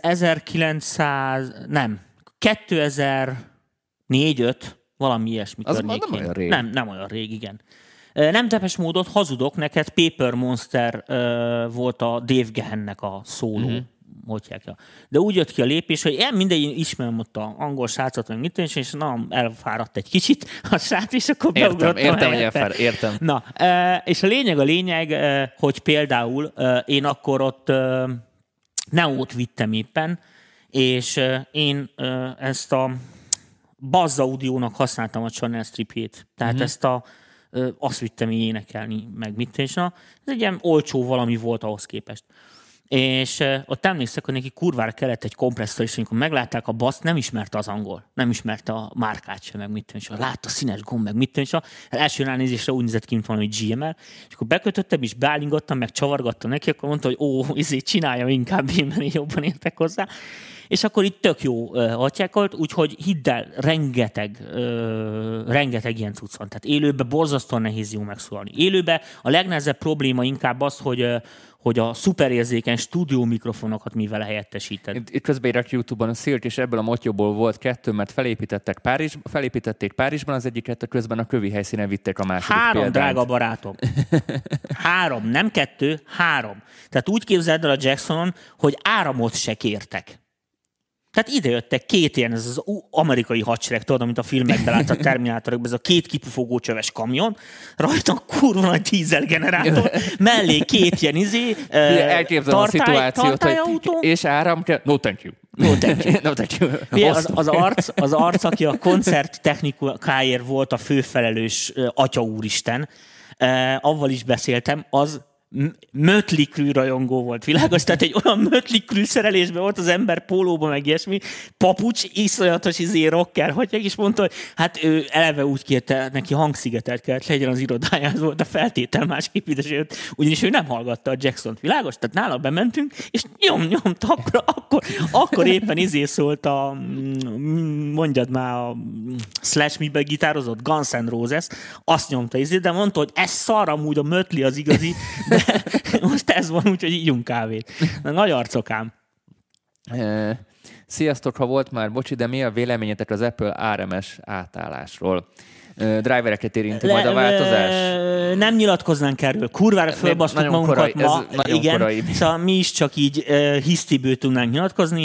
2004-5, valami ilyesmi környékén. Nem olyan rég. Nem olyan rég, igen. Nem Depeche Mode-ot, hazudok, neked Paper Monster volt a Dave Gahannek a szóló De úgy jött ki a lépés, hogy mindegy, ismerem ott a angol srácot, meg mit és na, elfáradt egy kicsit a srác, és akkor Értem. Na, és a lényeg, hogy például én akkor ott Neót vittem éppen, és én ezt a Buzz Audio-nak használtam a Channel Stripjét. Tehát ezt azt vittem így énekelni, meg mit és ez egy ilyen olcsó valami volt ahhoz képest. És ott emlékszek, hogy neki kurvára kellett egy kompresszor, és amikor meglátták a baszt, nem ismerte az angol, nem ismerte a márkát sem, meg mit és látta a színes gomb, meg mit és első ránézésre úgy nézett ki, mint valami GML, és akkor bekötöttem, és beállingottam, meg csavargattam neki, akkor mondta, hogy csinálja inkább én, mert én jobban értek hozzá. És akkor itt tök jó atyákolt, úgyhogy hidd el, rengeteg ilyen cucc van. Tehát élőben borzasztóan nehéz jó megszólalni. Élőben a legnehezebb probléma inkább az, hogy a szuperérzékeny stúdió mikrofonokat mivel helyettesíted. Itt közben érek YouTube-on a Szilt, és ebből a motyóból volt 2, mert felépítették Párizsban az egyiket, közben a kövi helyszínen vitték a második 3, példányt. drága barátom. 3, nem 2, 3. Tehát úgy képzeld el a Jacksonon, hogy áramot se kértek. Tehát idejöttek 2 ilyen, ez az amerikai hadsereg, tudod, amit a filmekben látsz a Terminátorokban, ez a 2 kipufogó csöves kamion, rajta kurva nagy dízelgenerátor, mellé 2 ilyen elképzelem a szituációt, hogy és áram kell, no thank you. No thank you. Az arc, aki a koncert technikáért volt a főfelelős Atya Úristen, avval is beszéltem, az Mötley Crüe rajongó volt, világos? Tehát egy olyan Mötley Crüe szerelésben volt az ember pólóban, meg ilyesmi, papucs, iszonyatos rocker, hogy is mondta, hogy hát ő eleve úgy kérte, neki hangszigetelt kellett legyen az irodája, ez volt a feltétel másképp idesőt, ugyanis ő nem hallgatta a Jacksont, világos? Tehát nála bementünk, és nyomta, akkor éppen szólt mondjad már a Slash miben gitározott, Guns N' Roses, azt nyomta de mondta, hogy ez szar amúgy a Mötley az igazi, de most ez van, úgyhogy ígyunk kávét. Na, nagy arcokám. Sziasztok, ha volt már, bocsi, de mi a véleményetek az Apple RMS átállásról? Drivereket érinti majd a változás? Nem nyilatkoznánk erről. Kurvára fölbasztuk magunkat ma. Igen, korai. Szóval mi is csak így hisztiből tudnánk nyilatkozni.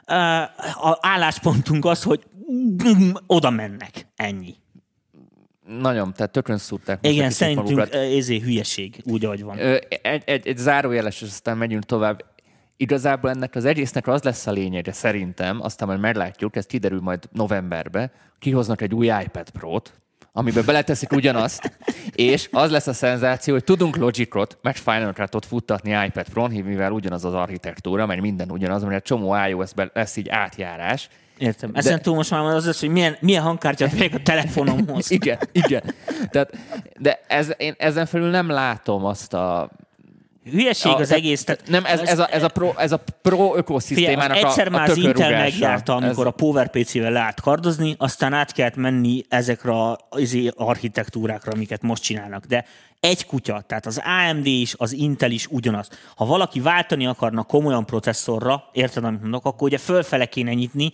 A álláspontunk az, hogy oda mennek. Ennyi. Nagyon, tehát tökön szúrták. Igen, szerintünk hülyeség, úgy, ahogy van. Egy zárójeles, és aztán megyünk tovább. Igazából ennek az egésznek az lesz a lényege, szerintem, aztán majd meglátjuk, ez kiderül majd novemberben, kihoznak egy új iPad Pro-t, amiben beleteszik ugyanazt, és az lesz a szenzáció, hogy tudunk Logicot, meg Final Cut-ot futtatni iPad Pro-n, mivel ugyanaz az architektúra, mert minden ugyanaz, mert egy csomó iOS-ben lesz így átjárás. Értem. Ezen túl most már az lesz, hogy milyen hangkártyát megyek a telefonomhoz. Igen. Tehát, de én ezen felül nem látom azt a... Hülyeség az egész. Nem, ez a pro ökoszisztémának egyszer a már az Intel tökörrugása. megjárta, amikor a PowerPC-vel lehet kardozni, aztán át kellett menni ezekre az architektúrákra, amiket most csinálnak. De egy kutya, tehát az AMD is, az Intel is ugyanaz. Ha valaki váltani akarna komolyan processzorra, érted, amit mondok, akkor ugye fölfele kéne nyitni,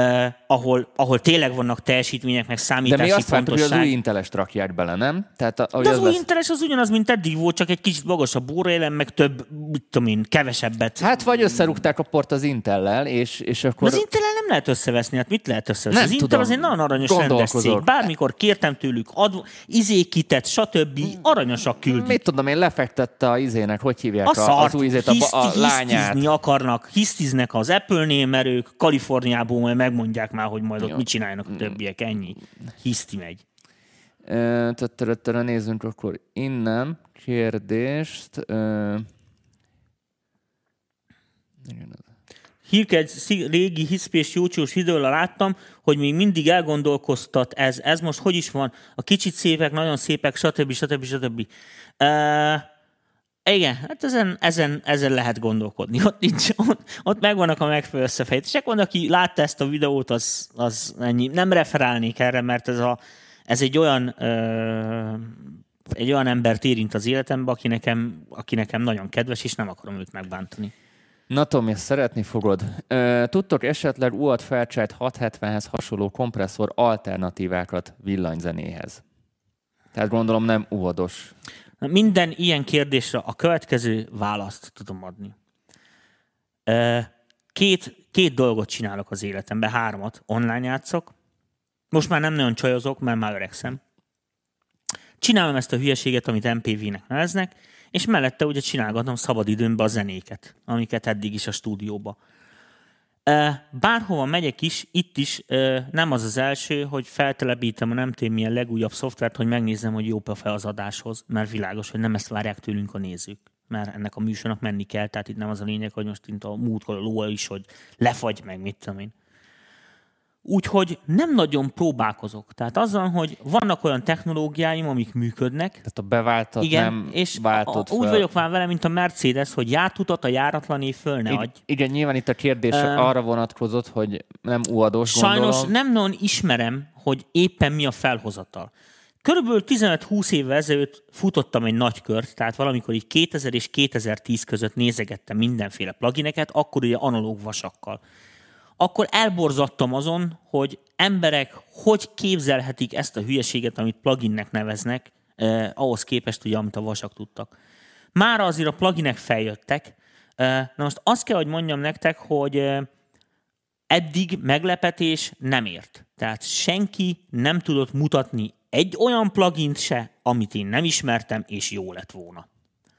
ahol tényleg vannak teljesítmények, meg számítási pontosság. De mi azt pontosság. hogy az új Intelest rakják bele, nem? Tehát, de az új Inteles az ugyanaz, mint eddig volt, csak egy kicsit magasabb óraélem, meg több, mit tudom én, kevesebbet. Hát vagy összerúgták a port az Intellel, és akkor... De az Intellel nem lehet összeveszni, hát mit lehet összeveszni? Nem az Intel az egy nagyon aranyos rendes cég. Bármikor kértem tőlük, kitet, stb. Aranyosak küldik. Mit tudom én, lefektette a izének, hogy hívják az új izét, a lányát. Hisztiznek az Apple-nél, mert ők Kaliforniából majd megmondják már, hogy majd ott mit csinálnak a többiek, ennyi. Hiszti megy. Nézzünk akkor innen kérdést. Hírke egy régi hiszpés jócsós videóra láttam, hogy még mindig elgondolkoztat ez most hogy is van, a kicsit szépek, nagyon szépek, stb. Igen, hát ezen lehet gondolkodni. Ott megvannak a megfelelő összefejtések. Van, aki látta ezt a videót, az ennyi. Nem referálnék erre, mert ez egy olyan embert érint az életembe, aki nekem nagyon kedves, és nem akarom őt megbántani. Na Tomi, ezt szeretni fogod. Tudtok esetleg UAD Fairchild 670-hez hasonló kompresszor alternatívákat villanyzenéhez? Tehát gondolom nem UAD-os. Minden ilyen kérdésre a következő választ tudom adni. két dolgot csinálok az életemben, 3. Online játszok. Most már nem nagyon csajozok, mert már öregszem. Csinálom ezt a hülyeséget, amit MPV-nek neveznek, és mellette ugye csinálgatom szabadidőmben a zenéket, amiket eddig is a stúdióba. Bárhova megyek is, itt is nem az első, hogy feltelepítem a nem tudom milyen legújabb szoftvert, hogy megnézzem, hogy jó-e az adáshoz, mert világos, hogy nem ezt várják tőlünk a nézők. Mert ennek a műsornak menni kell, tehát itt nem az a lényeg, hogy most itt a múltkor a ló is, hogy lefagy meg, mit tudom én. Úgyhogy nem nagyon próbálkozok. Tehát azzal, hogy vannak olyan technológiáim, amik működnek. Tehát a beváltat igen, nem és váltott úgy vagyok már vele, mint a Mercedes, hogy játutat a járatlané föl ne adj. Igen, nyilván itt a kérdés arra vonatkozott, hogy nem uadós, sajnos gondolom. nem nagyon ismerem, hogy éppen mi a felhozatal. Körülbelül 15-20 évvel ezelőtt futottam egy nagy kört, tehát valamikor így 2000 és 2010 között nézegettem mindenféle plugineket, akkor ugye analóg vasakkal. Akkor elborzadtam azon, hogy emberek hogy képzelhetik ezt a hülyeséget, amit pluginnek neveznek, ahhoz képest, ugye, amit a vasak tudtak. Mára azért a pluginek feljöttek. Na most azt kell, hogy mondjam nektek, hogy eddig meglepetés nem ért. Tehát senki nem tudott mutatni egy olyan plugint se, amit én nem ismertem, és jó lett volna.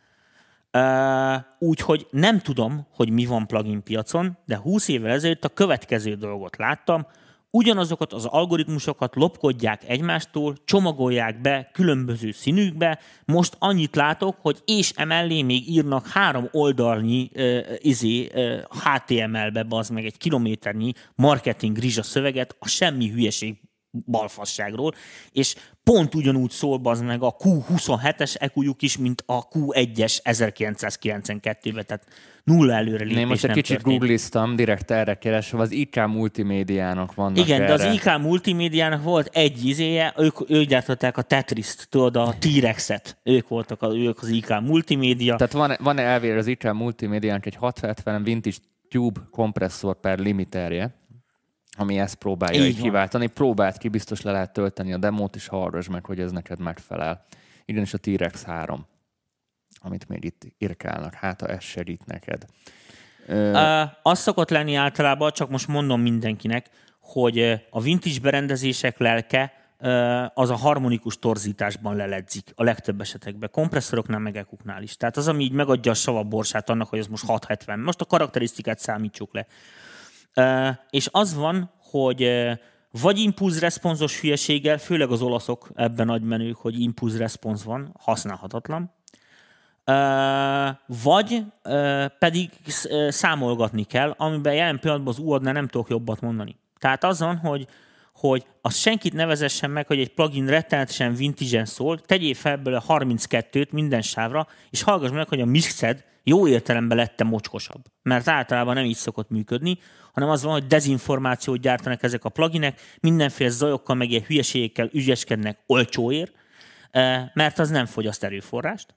Úgyhogy nem tudom, hogy mi van plugin piacon, de 20 évvel ezelőtt a következő dolgot láttam. Ugyanazokat az algoritmusokat lopkodják egymástól, csomagolják be különböző színűkbe. Most annyit látok, hogy és emellé még írnak 3 oldalnyi HTML-be, bazd meg egy kilométernyi marketing rizsa szöveget a semmi hülyeség balfasságról, és pont ugyanúgy szól bazd meg a Q27-es EQ-juk is, mint a Q1-es 1992-ben, tehát nulla előrelépés. Én most egy kicsit googliztam, direkt erre keresve, az IK Multimédiának vannak igen, erre. de az IK Multimédiának volt egy izéje, ők gyártották a Tetris-t, tudod, a T-Rexet. Ők az IK Multimédia. Tehát van elvére az IK Multimédiának egy 670 vintage tube kompresszor per limiterje, ami ezt próbálja így kiváltani. Próbáld ki, biztos le lehet tölteni a demót, és hallgass meg, hogy ez neked megfelel. Igenis a T-Rex 3, amit még itt irkálnak. Hát, ha ez segít neked. Az szokott lenni általában, csak most mondom mindenkinek, hogy a vintage berendezések lelke az a harmonikus torzításban leledzik a legtöbb esetekben. Kompresszoroknál, meg EQ-knál is. Tehát az, ami így megadja a savaborsát annak, hogy ez most 670. Most a karakterisztikát számítsuk le. És az van, hogy vagy impulz-responzos hülyeséggel, főleg az olaszok ebben nagy menők, hogy impulz-response van, használhatatlan, vagy pedig számolgatni kell, amiben jelen pillanatban az UAD-nál nem tudok jobbat mondani. Tehát az van, hogy azt senkit nevezessen meg, hogy egy plugin rettenetesen vintage-en szól, tegyél fel belőle 32-t minden sávra, és hallgass meg, hogy a mixed jó értelemben lette mocskosabb. Mert általában nem így szokott működni, hanem az van, hogy dezinformációt gyártanak ezek a pluginek, mindenféle zajokkal, meg ilyen hülyeségekkel ügyeskednek olcsóért, mert az nem fogyaszt erőforrást.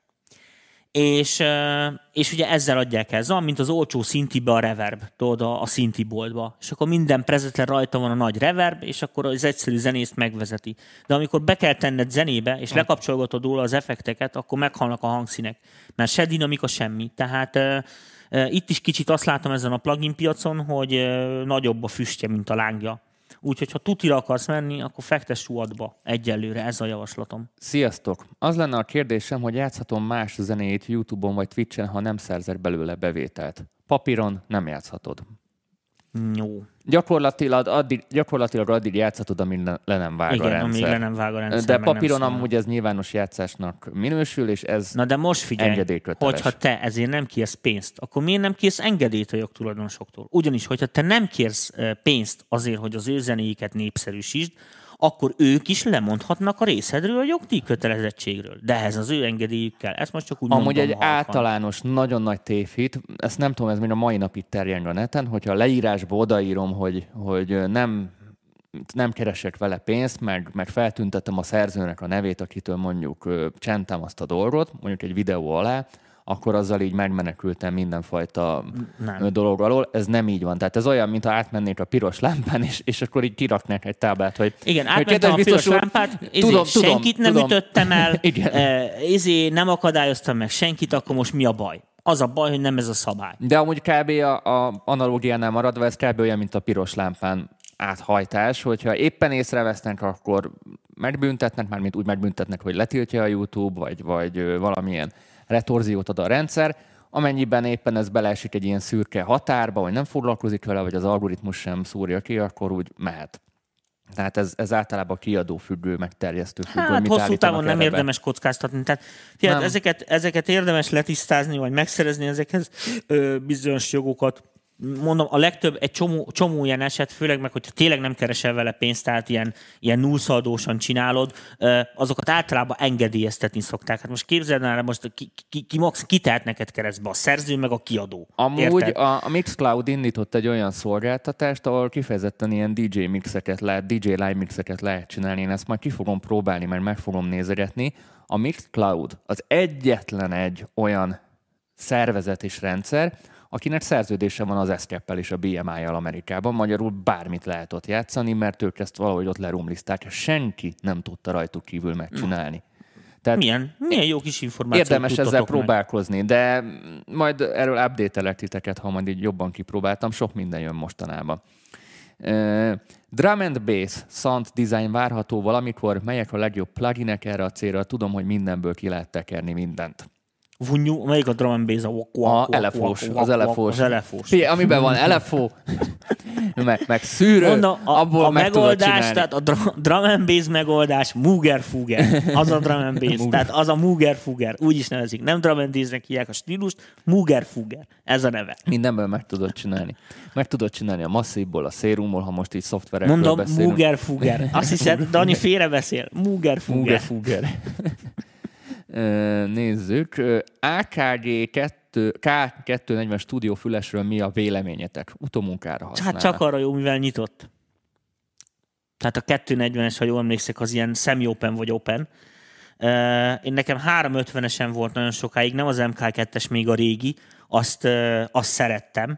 És ugye ezzel adják el, mint az olcsó szintibe a reverb, tudod, a szinti boltba. És akkor minden prezeten rajta van a nagy reverb, és akkor az egyszerű zenészt megvezeti. De amikor be kell tenned zenébe, és lekapcsolgatod róla az effekteket, akkor meghalnak a hangszínek. Mert se dinamika, semmi. Tehát itt is kicsit azt látom ezen a plugin piacon, hogy nagyobb a füstje, mint a lángja. Úgyhogy ha tutira akarsz menni, akkor fektess UAD-ba egyelőre, ez a javaslatom. Sziasztok! Az lenne a kérdésem, hogy játszhatom más zenét YouTube-on vagy Twitch-en, ha nem szerzek belőle bevételt. Papíron nem játszhatod. Jó. Gyakorlatilag addig játszhatod, amíg le nem vág a rendszer. Amíg le nem vág a rendszer. De papíron amúgy ez nyilvános játszásnak minősül, és ez na de most figyelj, engedélyköteles. hogyha te ezért nem kérsz pénzt, akkor miért nem kérsz engedélyt a jogtulajdonosoktól? Ugyanis, hogyha te nem kérsz pénzt azért, hogy az ő zenéiket népszerűsítsd, akkor ők is lemondhatnak a részedről a jogdíjkötelezettségről. De ehhez az ő engedélyük kell. Ezt most csak úgy amúgy mondom. Egy általános, nagyon nagy tévhit, ezt nem tudom, ez még a mai napig terjeng a neten, hogyha a leírásba odaírom, hogy nem keresek vele pénzt, meg feltüntetem a szerzőnek a nevét, akitől mondjuk csentem azt a dolgot, mondjuk egy videó alá, akkor azzal így megmenekültem mindenfajta dolog alól. Ez nem így van. Tehát ez olyan, mintha átmennék a piros lámpán, és akkor így kiraknák egy táblát, hogy... Igen, átmentem a piros lámpát, senkit nem ütöttem el, nem akadályoztam meg senkit, akkor most mi a baj? Az a baj, hogy nem ez a szabály. De amúgy kb. A analógiánál maradva, ez kb. Olyan, mint a piros lámpán áthajtás, hogyha éppen észrevesznek, akkor megbüntetnek, mármint úgy megbüntetnek, hogy letiltja a YouTube, vagy valamilyen retorziót ad a rendszer, amennyiben éppen ez beleesik egy ilyen szürke határba, vagy nem foglalkozik vele, vagy az algoritmus sem szúrja ki, akkor úgy mehet. Tehát ez általában kiadó függő, meg terjesztő függő. Hát hosszú távon nem érdemes kockáztatni. Tehát ezeket érdemes letisztázni, vagy megszerezni ezekhez bizonyos jogokat. Mondom, a legtöbb, egy csomó ilyen eset, főleg meg, hogyha tényleg nem keresel vele pénzt, tehát ilyen nullszaldósan csinálod, azokat általában engedélyeztetni szokták. Hát most képzeld el, most ki tehet neked keresztbe? A szerző, meg a kiadó. Amúgy a Mixcloud indított egy olyan szolgáltatást, ahol kifejezetten ilyen DJ live mixeket lehet csinálni. Én ezt majd ki fogom próbálni, mert meg fogom nézegetni. A Mixcloud az egyetlen egy olyan szervezet és rendszer, akinek szerződése van az ASCAP-el és a BMI-jal Amerikában, magyarul bármit lehet ott játszani, mert ők ezt valahogy ott lerumlizták, senki nem tudta rajtuk kívül megcsinálni. Tehát milyen jó kis információt érdemes ezzel próbálkozni, de majd erről update-elek titeket, ha majd így jobban kipróbáltam, sok minden jön mostanában. Drum and Bass Sound Design várható valamikor, melyek a legjobb pluginek erre a célra, tudom, hogy mindenből ki lehet tekerni mindent. Vunyú, melyik a drum and bass? Az LFO-s. Amiben van LFO, meg szűrő, mondom, abból meg megoldás, tehát a drum and bass megoldás Mooger-Fugger. Az a drum and bass. Tehát az a Mooger-Fugger. Úgy is nevezik. Nem drum and bass-nek hívják a stílust, Mooger-Fugger. Ez a neve. Mindenből meg tudod csinálni. Meg tudod csinálni a Masszívból, a Serumból, ha most így szoftverekről mondom, beszélünk. Mooger-Fugger. Azt hiszed, Dani félrebeszél. Mooger-Fugger. Nézzük. AKG K240 stúdió fülesről mi a véleményetek? Utómunkára használnak. Hát csak arra jó, mivel nyitott. Tehát a 240-es, ha jól emlékszek, az ilyen semi-open vagy open. Én nekem 350-esen volt nagyon sokáig, nem az MK2-es, még a régi. Azt szerettem.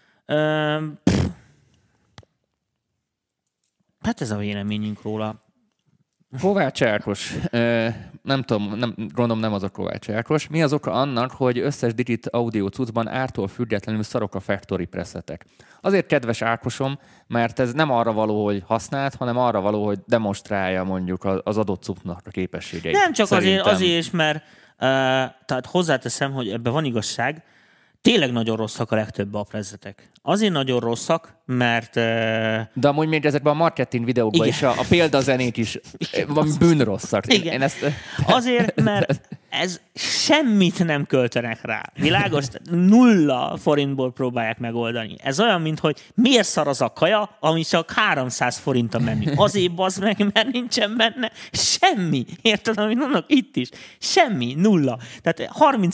Hát ez a véleményünk róla. Kovács Ákos, nem tudom, gondolom nem az a Kovács Ákos. Mi az oka annak, hogy összes digit audio cuccban ártól függetlenül szarok a factory presetek? Azért kedves Ákosom, mert ez nem arra való, hogy használd, hanem arra való, hogy demonstrálja mondjuk az adott cuccnak a képességeit. Nem csak azért is, mert tehát hozzáteszem, hogy ebben van igazság, tényleg nagyon rosszak a legtöbb aprezetek. Azért nagyon rosszak, mert... De amúgy még ezekben a marketing videókban is a példazenét is van bűnrosszak. Igen. Azért, mert ez semmit nem költenek rá. Világos? 0 forintból próbálják megoldani. Ez olyan, mint hogy miért szar az a kaja, ami csak 300 forint a menü. Azért bazd meg, mert nincsen benne semmi. Érted, amit mondok? Itt is. Semmi. 0. Tehát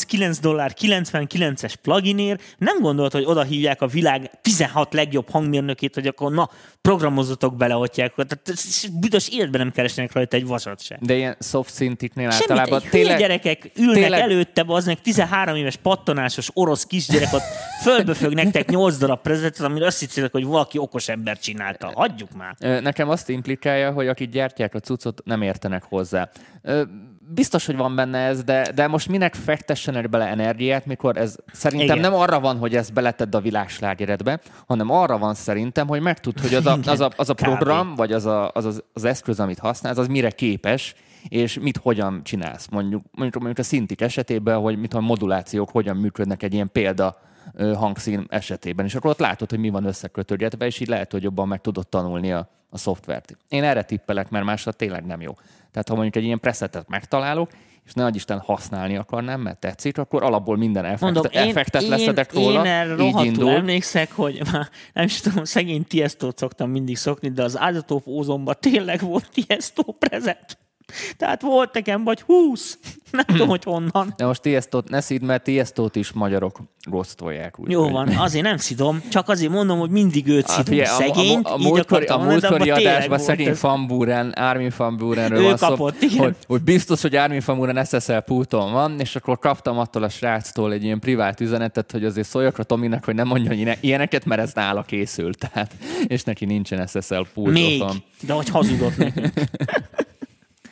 $39.99-es pluginért nem gondolt, hogy oda hívják a világ 16 legjobb hangmérnökét, hogy akkor na, programozzatok bele, hogy büdös életben nem keresnek rajta egy vasat se. De ilyen soft szintiknél általában tényleg... gyerekek ülnek előtte, aznek 13 éves pattanásos orosz kisgyerek ott fölböfög nektek 8 darab prezentet, amire azt hiszitek, hogy valaki okos ember csinálta. Adjuk már. Nekem azt implikálja, hogy akik gyártják a cuccot, nem értenek hozzá. Biztos, hogy van benne ez, de most minek fektessenek bele energiát, mikor ez szerintem nem arra van, hogy ezt beletedd a világslágeredbe, hanem arra van szerintem, hogy megtudd, hogy az a program, vagy az eszköz, amit használsz, az mire képes, és mit hogyan csinálsz. Mondjuk a szintik esetében, hogy a modulációk hogyan működnek egy ilyen példa hangszín esetében, és akkor ott látod, hogy mi van összekötődjetve, és így lehet, hogy jobban meg tudod tanulni a szoftvert. Én erre tippelek, mert másra tényleg nem jó. Tehát ha mondjuk egy ilyen presetet megtalálok, és ne adj Isten használni akarnám, mert tetszik, akkor alapból minden effektet leszedek róla. Én erre rohadtul emlékszek, hogy már nem is tudom, szegény Tiestót szoktam mindig szokni, de az Art of Ozone-ban tényleg volt Tiesto prezent. Tehát volt nekem vagy 20. Nem tudom, hogy honnan. De most Tiestót ne szidd, mert Tiestót is magyarok rossztolják. Jó van, azért nem szidom, csak azért mondom, hogy mindig őt szidom. Szegényt, a múltkori adásban szegény Van Buren, Armin van Burenről van szó, hogy biztos, hogy Armin van Buren SSL pulton van, és akkor kaptam attól a sráctól egy ilyen privát üzenetet, hogy azért szóljak a Tominak, hogy nem mondja ilyeneket, mert ez nála készült. Tehát, és neki nincsen SSL pulton. Még, de hogy hazudott neki.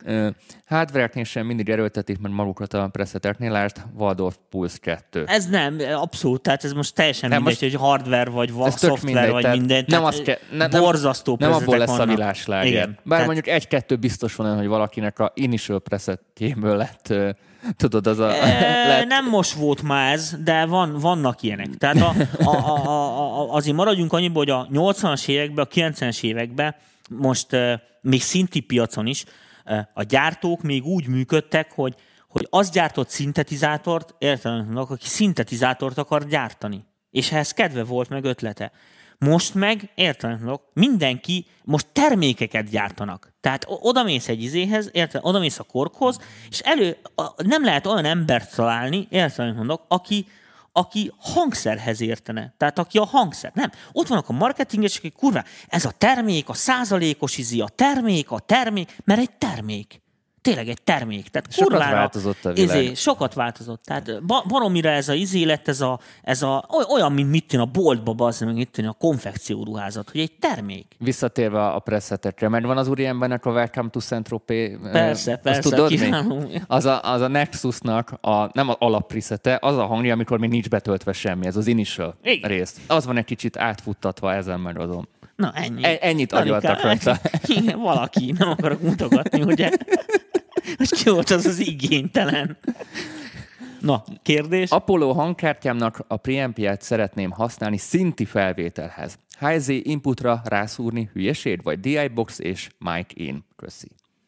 Hardware-eknél sem mindig erőltetik, mert magukat a preseteknél, lásd Waldorf Pulse 2. Ez nem, abszolút, tehát ez most teljesen mindegy, hogy hardware, vagy szoftver, vagy minden. Borzasztó nem abból lesz vannak. A világsláger. Bár tehát... mondjuk egy-kettő biztos van, hogy valakinek a initial presetjéből lett, tudod, az a... lett... Nem most volt már ez, de vannak ilyenek. Tehát azért maradjunk annyiból, hogy a 80-as években, a 90-es években, most még szinti piacon is, a gyártók még úgy működtek, hogy az gyártott szintetizátort, értelemben, aki szintetizátort akar gyártani. És ehhez kedve volt, meg ötlete. Most meg, értelemben, mindenki most termékeket gyártanak. Tehát odamész egy izéhez, odamész a korkhoz, és nem lehet olyan embert találni, értelemben, aki hangszerhez értene. Tehát aki a hangszer. Nem. Ott vannak a marketingesek, hogy kurva, ez a termék, a százalékos izé, a termék, mert egy termék. Tényleg egy termék. Tehát sokat változott a világ. Sokat változott. Tehát baromira ez a izé lett, ez a olyan, mint mit a boltba, meg itt a konfekcióruházat, hogy egy termék. Visszatérve a presetekre, mert van az úriembernek a Welcome to Saint-Tropez. Persze, tudod az a Nexusnak nem az alappresete, az a hangja, amikor még nincs betöltve semmi, ez az initial rész. Az van egy kicsit átfuttatva, ezen meg azon. Na, ennyi. Ennyit agyaltak rajta. Igen, valaki, nem akarok mutogatni, ugye? Hogy ki volt az igénytelen. Na, kérdés? Apollo hangkártyámnak a preampját szeretném használni szinti felvételhez. HZ inputra rászúrni hülyeség, vagy DI box és mic in? Köszi.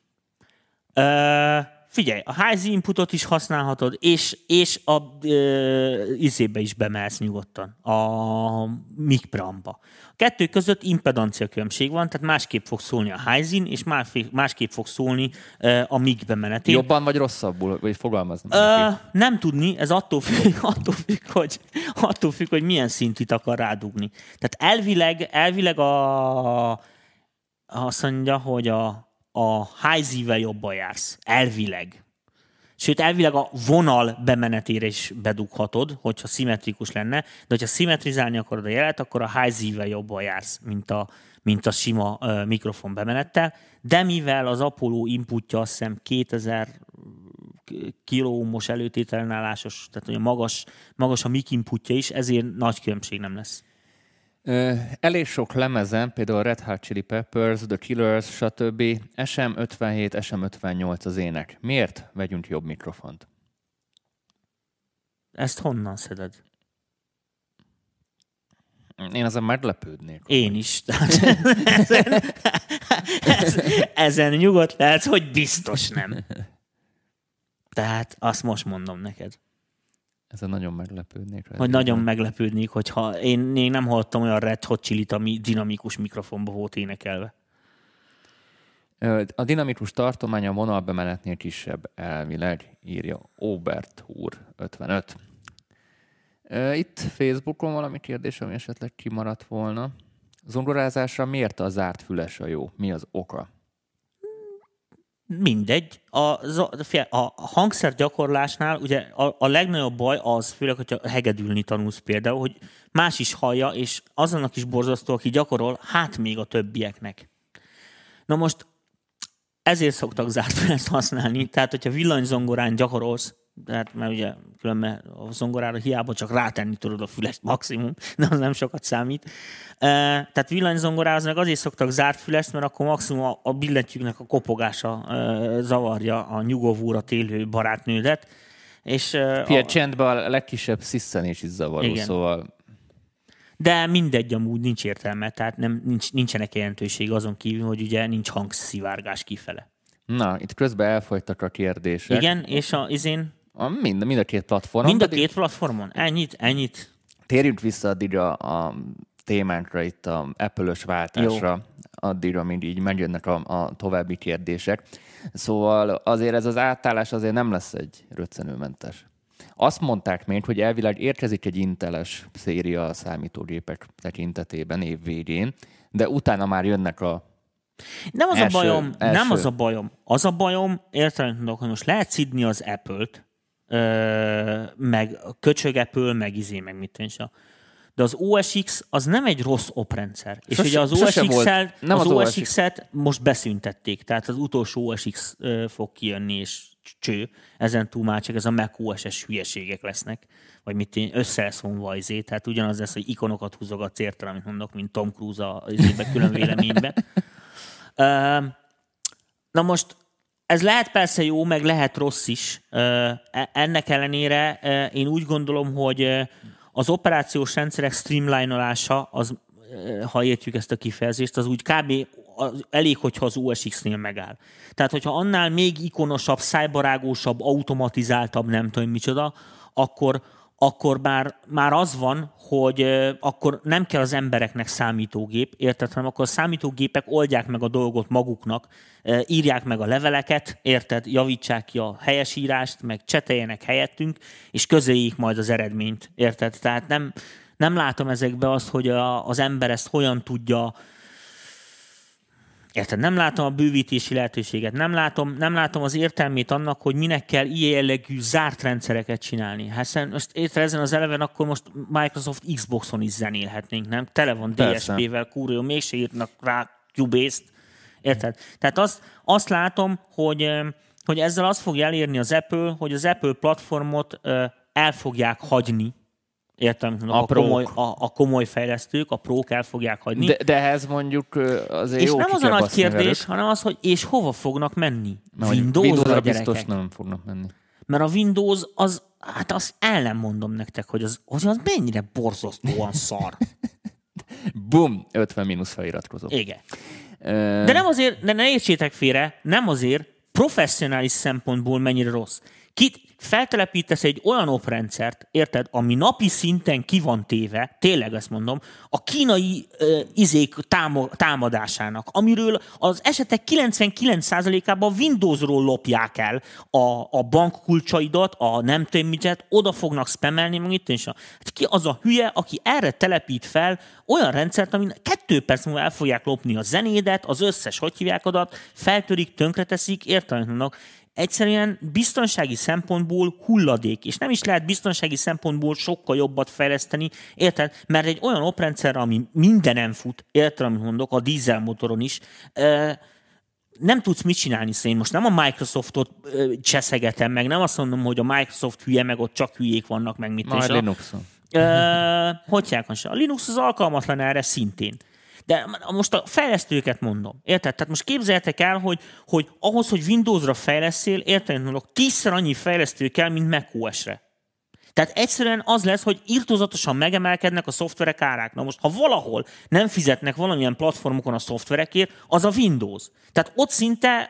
Figyelj, a HZ inputot is használhatod, és a izébe is bemelsz nyugodtan, a mic preampba. A kettő között impedancia különbség van, tehát másképp fog szólni a HZ-in, és másképp fog szólni a mic bemenetén. Jobban vagy rosszabbul, vagy fogalmazni? Nem tudni, ez attól függ, hogy milyen szintit akar rádugni. Tehát elvileg azt mondja, hogy a HZ-vel jobban jársz. Elvileg. Sőt, elvileg a vonal bemenetére is bedughatod, hogyha szimmetrikus lenne, de hogyha szimmetrizálni akarod a jelet, akkor a HZ-vel jobban jársz, mint a sima mikrofon bemenettel. De mivel az Apollo inputja azt hiszem 2000 kilómos előtétellenállásos, tehát olyan magas a mic inputja is, ezért nagy különbség nem lesz. Elég sok lemezen, például Red Hot Chili Peppers, The Killers, stb. SM57, SM58 az ének. Miért vegyünk jobb mikrofont? Ezt honnan szeded? Én ezen meglepődnék. Én is. Ezen nyugodt lehetsz, hogy biztos nem. Tehát azt most mondom neked. Ezen nagyon meglepődnék. Hogy nagyon meglepődnék, hogyha én nem hallottam olyan Red Hot Chilit, ami dinamikus mikrofonba volt énekelve. A dinamikus tartománya a vonalbemenetnél kisebb elvileg, írja Oberthur 55. Itt Facebookon valami kérdés, ami esetleg kimaradt volna. Zongorázásra miért a zárt füles a jó? Mi az oka? Mindegy. A hangszer gyakorlásnál ugye a legnagyobb baj az, főleg, hogyha hegedülni tanulsz például, hogy más is hallja, és azonnak is borzasztó, aki gyakorol, hát még a többieknek. Na most ezért szoktak zárt fülest használni, tehát hogyha villanyzongorán gyakorolsz, mert ugye különben a zongorára hiába csak rátenni tudod a fülest maximum, de az nem sokat számít. Tehát villanyzongorához meg azért szoktak zárt fülest, mert akkor maximum a billentyűknek a kopogása zavarja a nyugovórat élő barátnődet. Csendben a legkisebb sziszenés is zavaró, igen. Szóval... De mindegy, amúgy nincs értelme, tehát nincsenek jelentőség azon kívül, hogy ugye nincs hangszivárgás kifele. Na, itt közben elfogytak a kérdések. Igen, és mind a két platformon. Mind a két platformon? Ennyit. Térjünk vissza addig a témánkra, itt a Apple-ös váltásra, jó. Addigra mindig így megjönnek a további kérdések. Szóval azért ez az átállás azért nem lesz egy röccenőmentes. Azt mondták még, hogy elvileg érkezik egy Inteles széria a számítógépek tekintetében év végén, de utána már jönnek a Nem az a bajom. Az a bajom, értelemben, hogy most lehet szidni az Apple-t, meg köcsög Apple, meg meg mit tűnse. de az OS X az nem egy rossz oprendszer. És Sose- ugye az sose OS volt. Nem az az OS OS X-et most beszüntették, tehát az utolsó OS X fog kijönni, és cső, ezen túl már csak ez a Mac OS-es hülyeségek lesznek, vagy mit én össze lesz vonva tehát ugyanaz lesz, hogy ikonokat húzogatsz értel, amit mondok, mint Tom Cruise az külön véleményben. Na most ez lehet persze jó, meg lehet rossz is. Ennek ellenére én úgy gondolom, hogy az operációs rendszerek streamline-olása, az, ha értjük ezt a kifejezést, az úgy kb. Elég, hogyha az OS X-nél megáll. Tehát, hogyha annál még ikonosabb, szájbarágósabb, automatizáltabb, nem tudom micsoda, akkor már az van, hogy akkor nem kell az embereknek számítógép, érted, hanem akkor a számítógépek oldják meg a dolgot maguknak, írják meg a leveleket, érted, javítsák ki a helyesírást, meg cseteljenek helyettünk, és közöljék majd az eredményt, érted? Tehát nem látom ezekbe azt, hogy az ember ezt hogyan tudja. Érted? Nem látom a bővítési lehetőséget, nem látom az értelmét annak, hogy minek kell ilyen jellegű zárt rendszereket csinálni. Hát most érted, ezen az eleven akkor most Microsoft Xboxon is zenélhetnénk, nem? Tele van DSP-vel, kurva, mégse írnak rá Cubase-t. Érted? Tehát azt látom, hogy ezzel azt fogja elérni az Apple, hogy az Apple platformot el fogják hagyni. Értem, a komoly fejlesztők, a prók el fogják hagyni. De ehhez mondjuk azért és jó nem ki az a kell nagy baszni kérdés, velük. hanem az, hogy és hova fognak menni? Windowsra Windowsra, biztos gyerekek. nem fognak menni. Mert a Windows, hát azt el nem mondom nektek, hogy az mennyire borzasztóan szar. Bum! 50 mínusz feliratkozó. Igen. De nem azért, de ne értsétek félre, nem azért, professzionális szempontból mennyire rossz. Feltelepítesz egy olyan oprendszert, érted, ami napi szinten ki van téve, tényleg ezt mondom, a kínai izék támadásának, amiről az esetek 99%-ában Windowsról lopják el a bankkulcsaidat, a nem tudom mit, oda fognak spamelni, meg itt is. Hát ki az a hülye, aki erre telepít fel olyan rendszert, amin 2 perc múlva el fogják lopni a zenédet, az összes, hogy hívják adat, feltörik, tönkreteszik, értelemnek. Egyszerűen biztonsági szempontból hulladék, és nem is lehet biztonsági szempontból sokkal jobbat fejleszteni, érted? Mert egy olyan oprendszer, ami mindenen fut, érted, amit mondok, a dízelmotoron is, nem tudsz mit csinálni, szóval én most nem a Microsoftot cseszegetem meg, nem azt mondom, hogy a Microsoft hülye, meg ott csak hülyék vannak, meg mit. Majd Linuxon. A Linux az alkalmatlan erre szintén. De most a fejlesztőket mondom, érted? Tehát most képzeljetek el, hogy ahhoz, hogy Windowsra fejleszél, érted? 10-szer annyi fejlesztő kell, mint macOS-re. Tehát egyszerűen az lesz, hogy irtózatosan megemelkednek a szoftverek árák. Na most, ha valahol nem fizetnek valamilyen platformokon a szoftverekért, az a Windows. Tehát ott szinte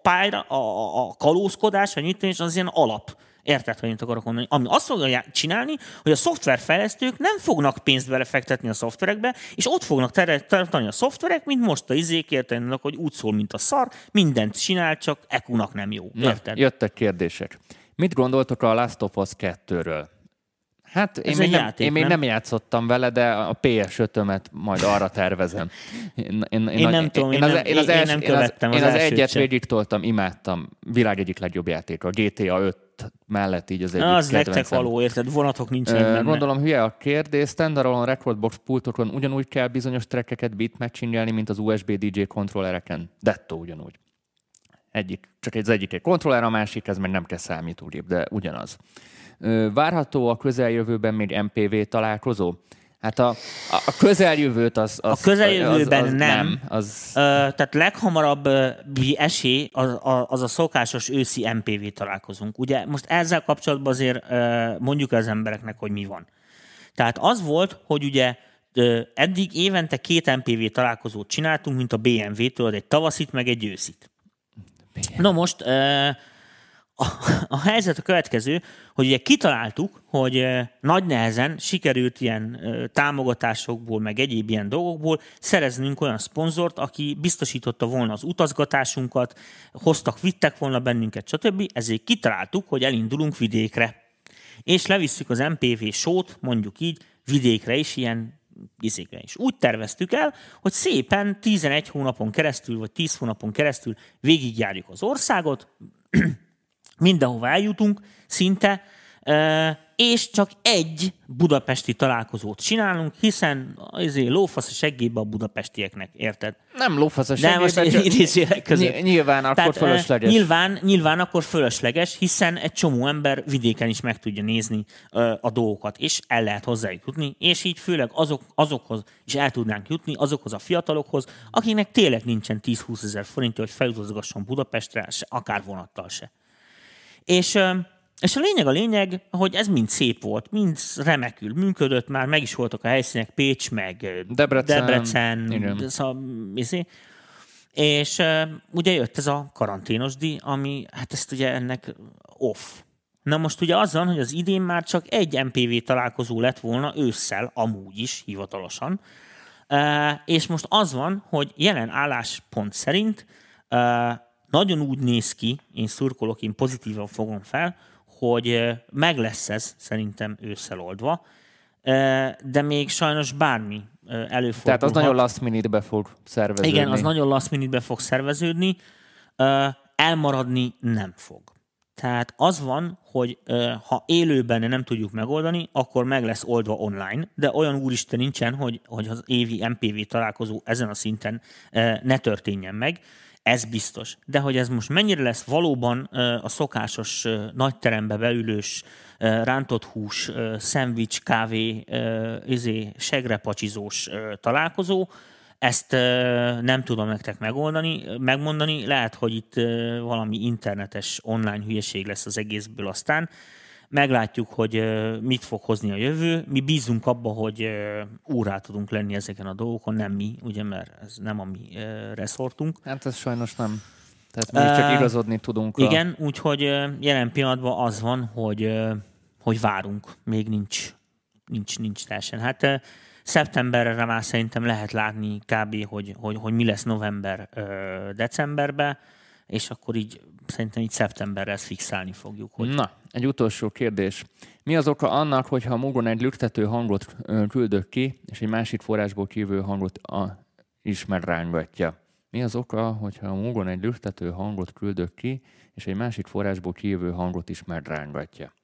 a kalózkodás, vagy mit az ilyen alap. Érted, hogy mit akarok mondani? Ami azt fogja csinálni, hogy a szoftverfejlesztők nem fognak pénzt belefektetni a szoftverekbe, és ott fognak tartani a szoftverek, mint most a izék, érted, hogy úgy szól, mint a szar, mindent csinál, csak EQ-nak nem jó. Érted? Na, jöttek kérdések. Mit gondoltok a Last of Us 2-ről? Hát én még nem játszottam vele, de a PS5-ömet majd arra tervezem. Én nem követtem az egyet végigtoltam, imádtam. Világ egyik legjobb játéka. A GTA 5 mellett így az egyik az kedvencem. nektek való, érted? Vonatok nincsenek benne. Gondolom hülye a kérdés. Standalone Recordbox pultokon ugyanúgy kell bizonyos trackeket bitmatchingelni, mint az USB DJ kontrollereken. Dettó ugyanúgy. Csak az egyik egy kontroller, a másik, ez meg nem kell számítógép, de ugyanaz. Várható a közeljövőben még MPV találkozó? Hát a közeljövőt az a közeljövőben az nem. Tehát leghamarabb esély az a szokásos őszi MPV találkozunk. Ugye most ezzel kapcsolatban azért mondjuk az embereknek, hogy mi van. Tehát az volt, hogy ugye eddig évente 2 MPV találkozót csináltunk, mint a BMW-től, egy tavaszit, meg egy őszit. Na most a helyzet a következő, hogy ugye kitaláltuk, hogy nagy nehezen sikerült ilyen támogatásokból, meg egyéb ilyen dolgokból szereznünk olyan szponzort, aki biztosította volna az utazgatásunkat, vittek volna bennünket, stb. Ezért kitaláltuk, hogy elindulunk vidékre. És levisszük az MPV show-t, mondjuk így, vidékre is, ilyen izékre is. Úgy terveztük el, hogy szépen 11 hónapon keresztül, vagy 10 hónapon keresztül végigjárjuk az országot, mindenhova eljutunk szinte, és csak egy budapesti találkozót csinálunk, hiszen lófasz a seggébe a budapestieknek, érted? Nem lófasz a De most idézőjelek között. Nyilván akkor fölösleges. Nyilván akkor fölösleges, hiszen egy csomó ember vidéken is meg tudja nézni a dolgokat, és el lehet hozzájuk jutni, és így főleg azokhoz is el tudnánk jutni, azokhoz a fiatalokhoz, akiknek tényleg nincsen 10-20 ezer forintja, hogy felutazgasson Budapestre, akár vonattal se. És a lényeg, hogy ez mind szép volt, mind remekül működött, már meg is voltak a helyszínek, Pécs, meg Debrecen és ugye jött ez a karanténos díj, ami, hát ezt ugye ennek off. Na most ugye azzal, hogy az idén már csak egy MPV találkozó lett volna ősszel, amúgy is hivatalosan, és most az van, hogy jelen álláspont szerint nagyon úgy néz ki, én szurkolok, én pozitívan fogom fel, hogy meg lesz ez szerintem ősszel oldva, de még sajnos bármi előfordulhat. Tehát az nagyon last minute-be fog szerveződni. Igen, az nagyon last minute-be fog szerveződni, elmaradni nem fog. Tehát az van, hogy ha élőben nem tudjuk megoldani, akkor meg lesz oldva online, de olyan úristen nincsen, hogy az évi MPV találkozó ezen a szinten ne történjen meg. Ez biztos. De hogy ez most mennyire lesz valóban a szokásos nagyterembe beülős, rántott hús, szendvics, kávé, segrepacsizós találkozó, ezt nem tudom nektek megmondani. Lehet, hogy itt valami internetes online hülyeség lesz az egészből aztán. Meglátjuk, hogy mit fog hozni a jövő. Mi bízunk abba, hogy úrrá tudunk lenni ezeken a dolgokon, nem mi, ugye, mert ez nem a mi reszortunk. Hát ez sajnos nem. Tehát mi csak igazodni tudunk. Igen, úgyhogy jelen pillanatban az van, hogy várunk. Még nincs teljesen. Hát szeptemberre már szerintem lehet látni kb. Hogy mi lesz november-decemberben, és akkor így szerintem így szeptemberre ezt fixálni fogjuk. Hogy... Na, egy utolsó kérdés. Mi az oka annak, hogyha a Mugon egy lüktető hangot küldök ki, és egy másik forrásból kívül hangot is megrángatja? Mi az oka, hogyha a Mugon egy lüktető hangot küldök ki, és egy másik forrásból kívül hangot is megrángatja?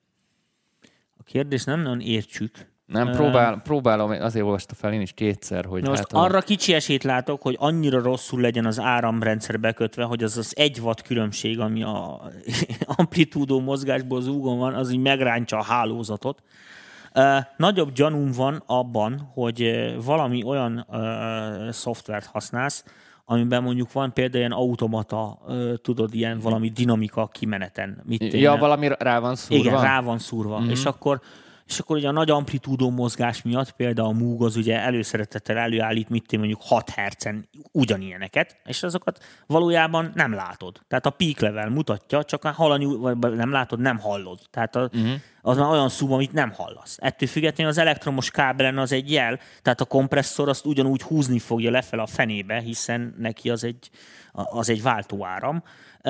A kérdést nem nagyon értsük. Nem, próbálom, azért olvasta fel én is kétszer, hogy... Most arra kicsi esélyt látok, hogy annyira rosszul legyen az áramrendszer bekötve, hogy az 1 watt különbség, ami a amplitúdó mozgásból az úgon van, az így megrántja a hálózatot. Nagyobb gyanúm van abban, hogy valami olyan szoftvert használsz, amiben mondjuk van például ilyen automata, tudod, ilyen valami dinamika kimeneten. Valami rá van szúrva? Igen, rá van szúrva. Mm-hmm. És akkor ugye a nagy amplitúdó mozgás miatt például a Moog az ugye előszeretettel előállít, mondjuk 6 Hz-en ugyanilyeneket, és azokat valójában nem látod. Tehát a peak level mutatja, csak vagy nem látod, nem hallod. Tehát az már olyan szum, amit nem hallasz. Ettől függetlenül az elektromos kábelen az egy jel, tehát a kompresszor azt ugyanúgy húzni fogja lefelé a fenébe, hiszen neki az egy váltóáram.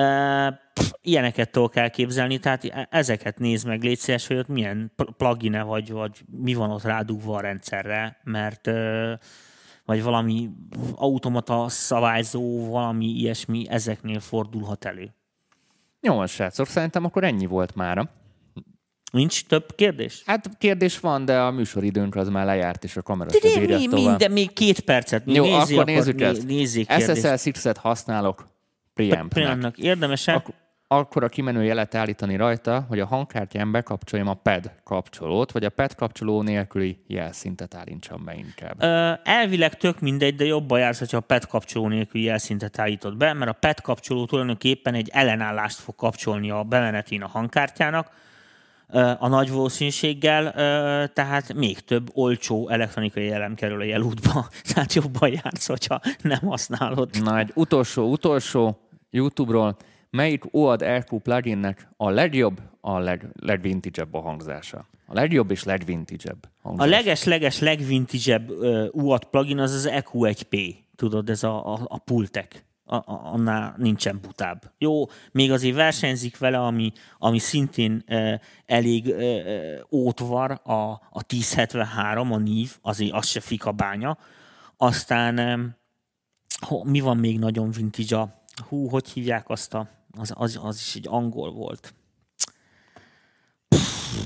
Ilyeneket tudok elképzelni, tehát ezeket nézd meg, légy szíves, hogy ott milyen plugin-e vagy mi van ott rádugva a rendszerre, mert vagy valami automata szabályzó, valami ilyesmi ezeknél fordulhat elő. Jó, srácok, szerintem akkor ennyi volt mára. Nincs több kérdés? Hát kérdés van, de a műsoridőnk az már lejárt, és a kamera sem bírja tovább. Minden, még 2 percet. Jó, akkor nézzük ezt. SSL 6-et használok preampnek. Érdemesen. Akkor a kimenő jelet állítani rajta, hogy a hangkártyán bekapcsoljam a pad kapcsolót, vagy a pad kapcsoló nélküli jelszintet állítsam be inkább. Elvileg tök mindegy, de jobban jársz, hogyha a pad kapcsoló nélküli jelszintet állítod be, mert a pad kapcsoló tulajdonképpen egy ellenállást fog kapcsolni a bemenetén a hangkártyának, a nagy valószínűséggel, tehát még több olcsó elektronikai elem kerül a jelútba, tehát jobban jársz, hogyha nem használod. Na, egy utolsó YouTube-ról. Melyik OAD EQ pluginnek a legjobb, a legvintage-ebb a hangzása? A legjobb és legvintage-ebb hangzása. A legvintage-ebb UAD plugin az EQ1P. Tudod, ez a Pultec. Annál nincsen butább. Jó, még azért versenyzik vele, ami szintén elég ótvar, a 1073, a NIV, azért az se fikabánya. Aztán mi van még nagyon vintage hogy hívják azt az is egy angol volt.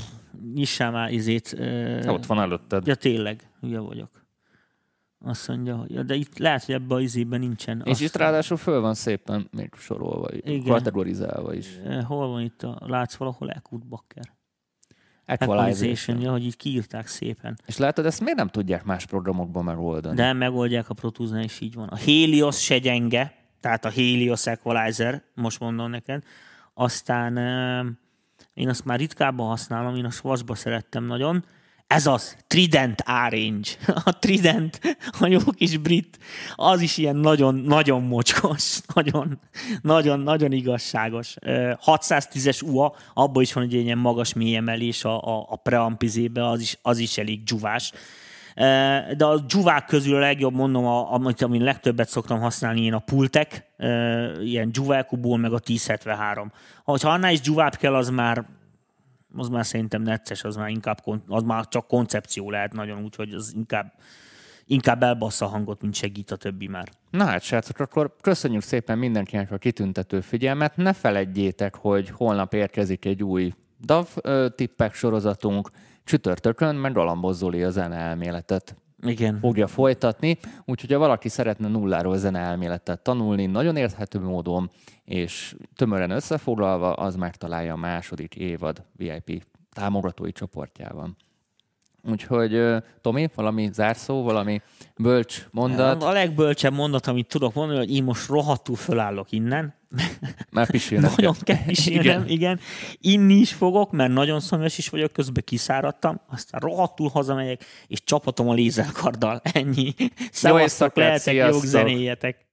nyissál már izét. Ott van előtted. Ja, tényleg, hülye vagyok. Azt mondja, hogy ja, de itt lehet, hogy ebben az izében nincsen. És itt ráadásul föl van szépen még sorolva, kategorizálva is. Hol van itt látsz valahol Bakker? Equalization. Ja, hogy így kiírták szépen. És látod, ezt miért nem tudják más programokban megoldani? De megoldják a Pro Tools-nál, és így van. A Helios se gyenge, tehát a Helios Equalizer, most mondom neked. Aztán én azt már ritkábban használom, én a Swatchba szerettem nagyon. Ez az, Trident A-range. A Trident, a jó kis brit, az is ilyen nagyon mocskos, nagyon igazságos. 610-es UA, abban is van egy ilyen magas mély emelés a preampizébe, az is elég dzsuvás. De a dzsuvák közül a legjobb, mondom, amin legtöbbet szoktam használni, én a Pultec, ilyen dzsuvákúból, meg a 1073. Ha annál is dzsuvább kell, az már szerintem necces, az már csak koncepció lehet nagyon, úgyhogy az inkább elbassza a hangot, mint segít a többi már. Na hát, srácok, akkor köszönjük szépen mindenkinek a kitüntető figyelmet. Ne feledjétek, hogy holnap érkezik egy új DAV tippek sorozatunk, csütörtökön, mert Galambos Zoli a zeneelméletet fogja folytatni, úgyhogy ha valaki szeretne nulláról zeneelméletet tanulni, nagyon érthető módon, és tömören összefoglalva, az megtalálja a második évad VIP támogatói csoportjában. Úgyhogy Tomi, valami zárszó, valami bölcs mondat? A legbölcsebb mondat, amit tudok mondani, hogy én most rohadtul fölállok innen. Már pisilnem. Nagyon kell pisilnem, igen. Inni is fogok, mert nagyon szomjas is vagyok, közben kiszáradtam, aztán rohadtul hazamegyek, és csapatom a lézerkarddal. Ennyi. Szevasztok, lehetek, jók zenéjetek.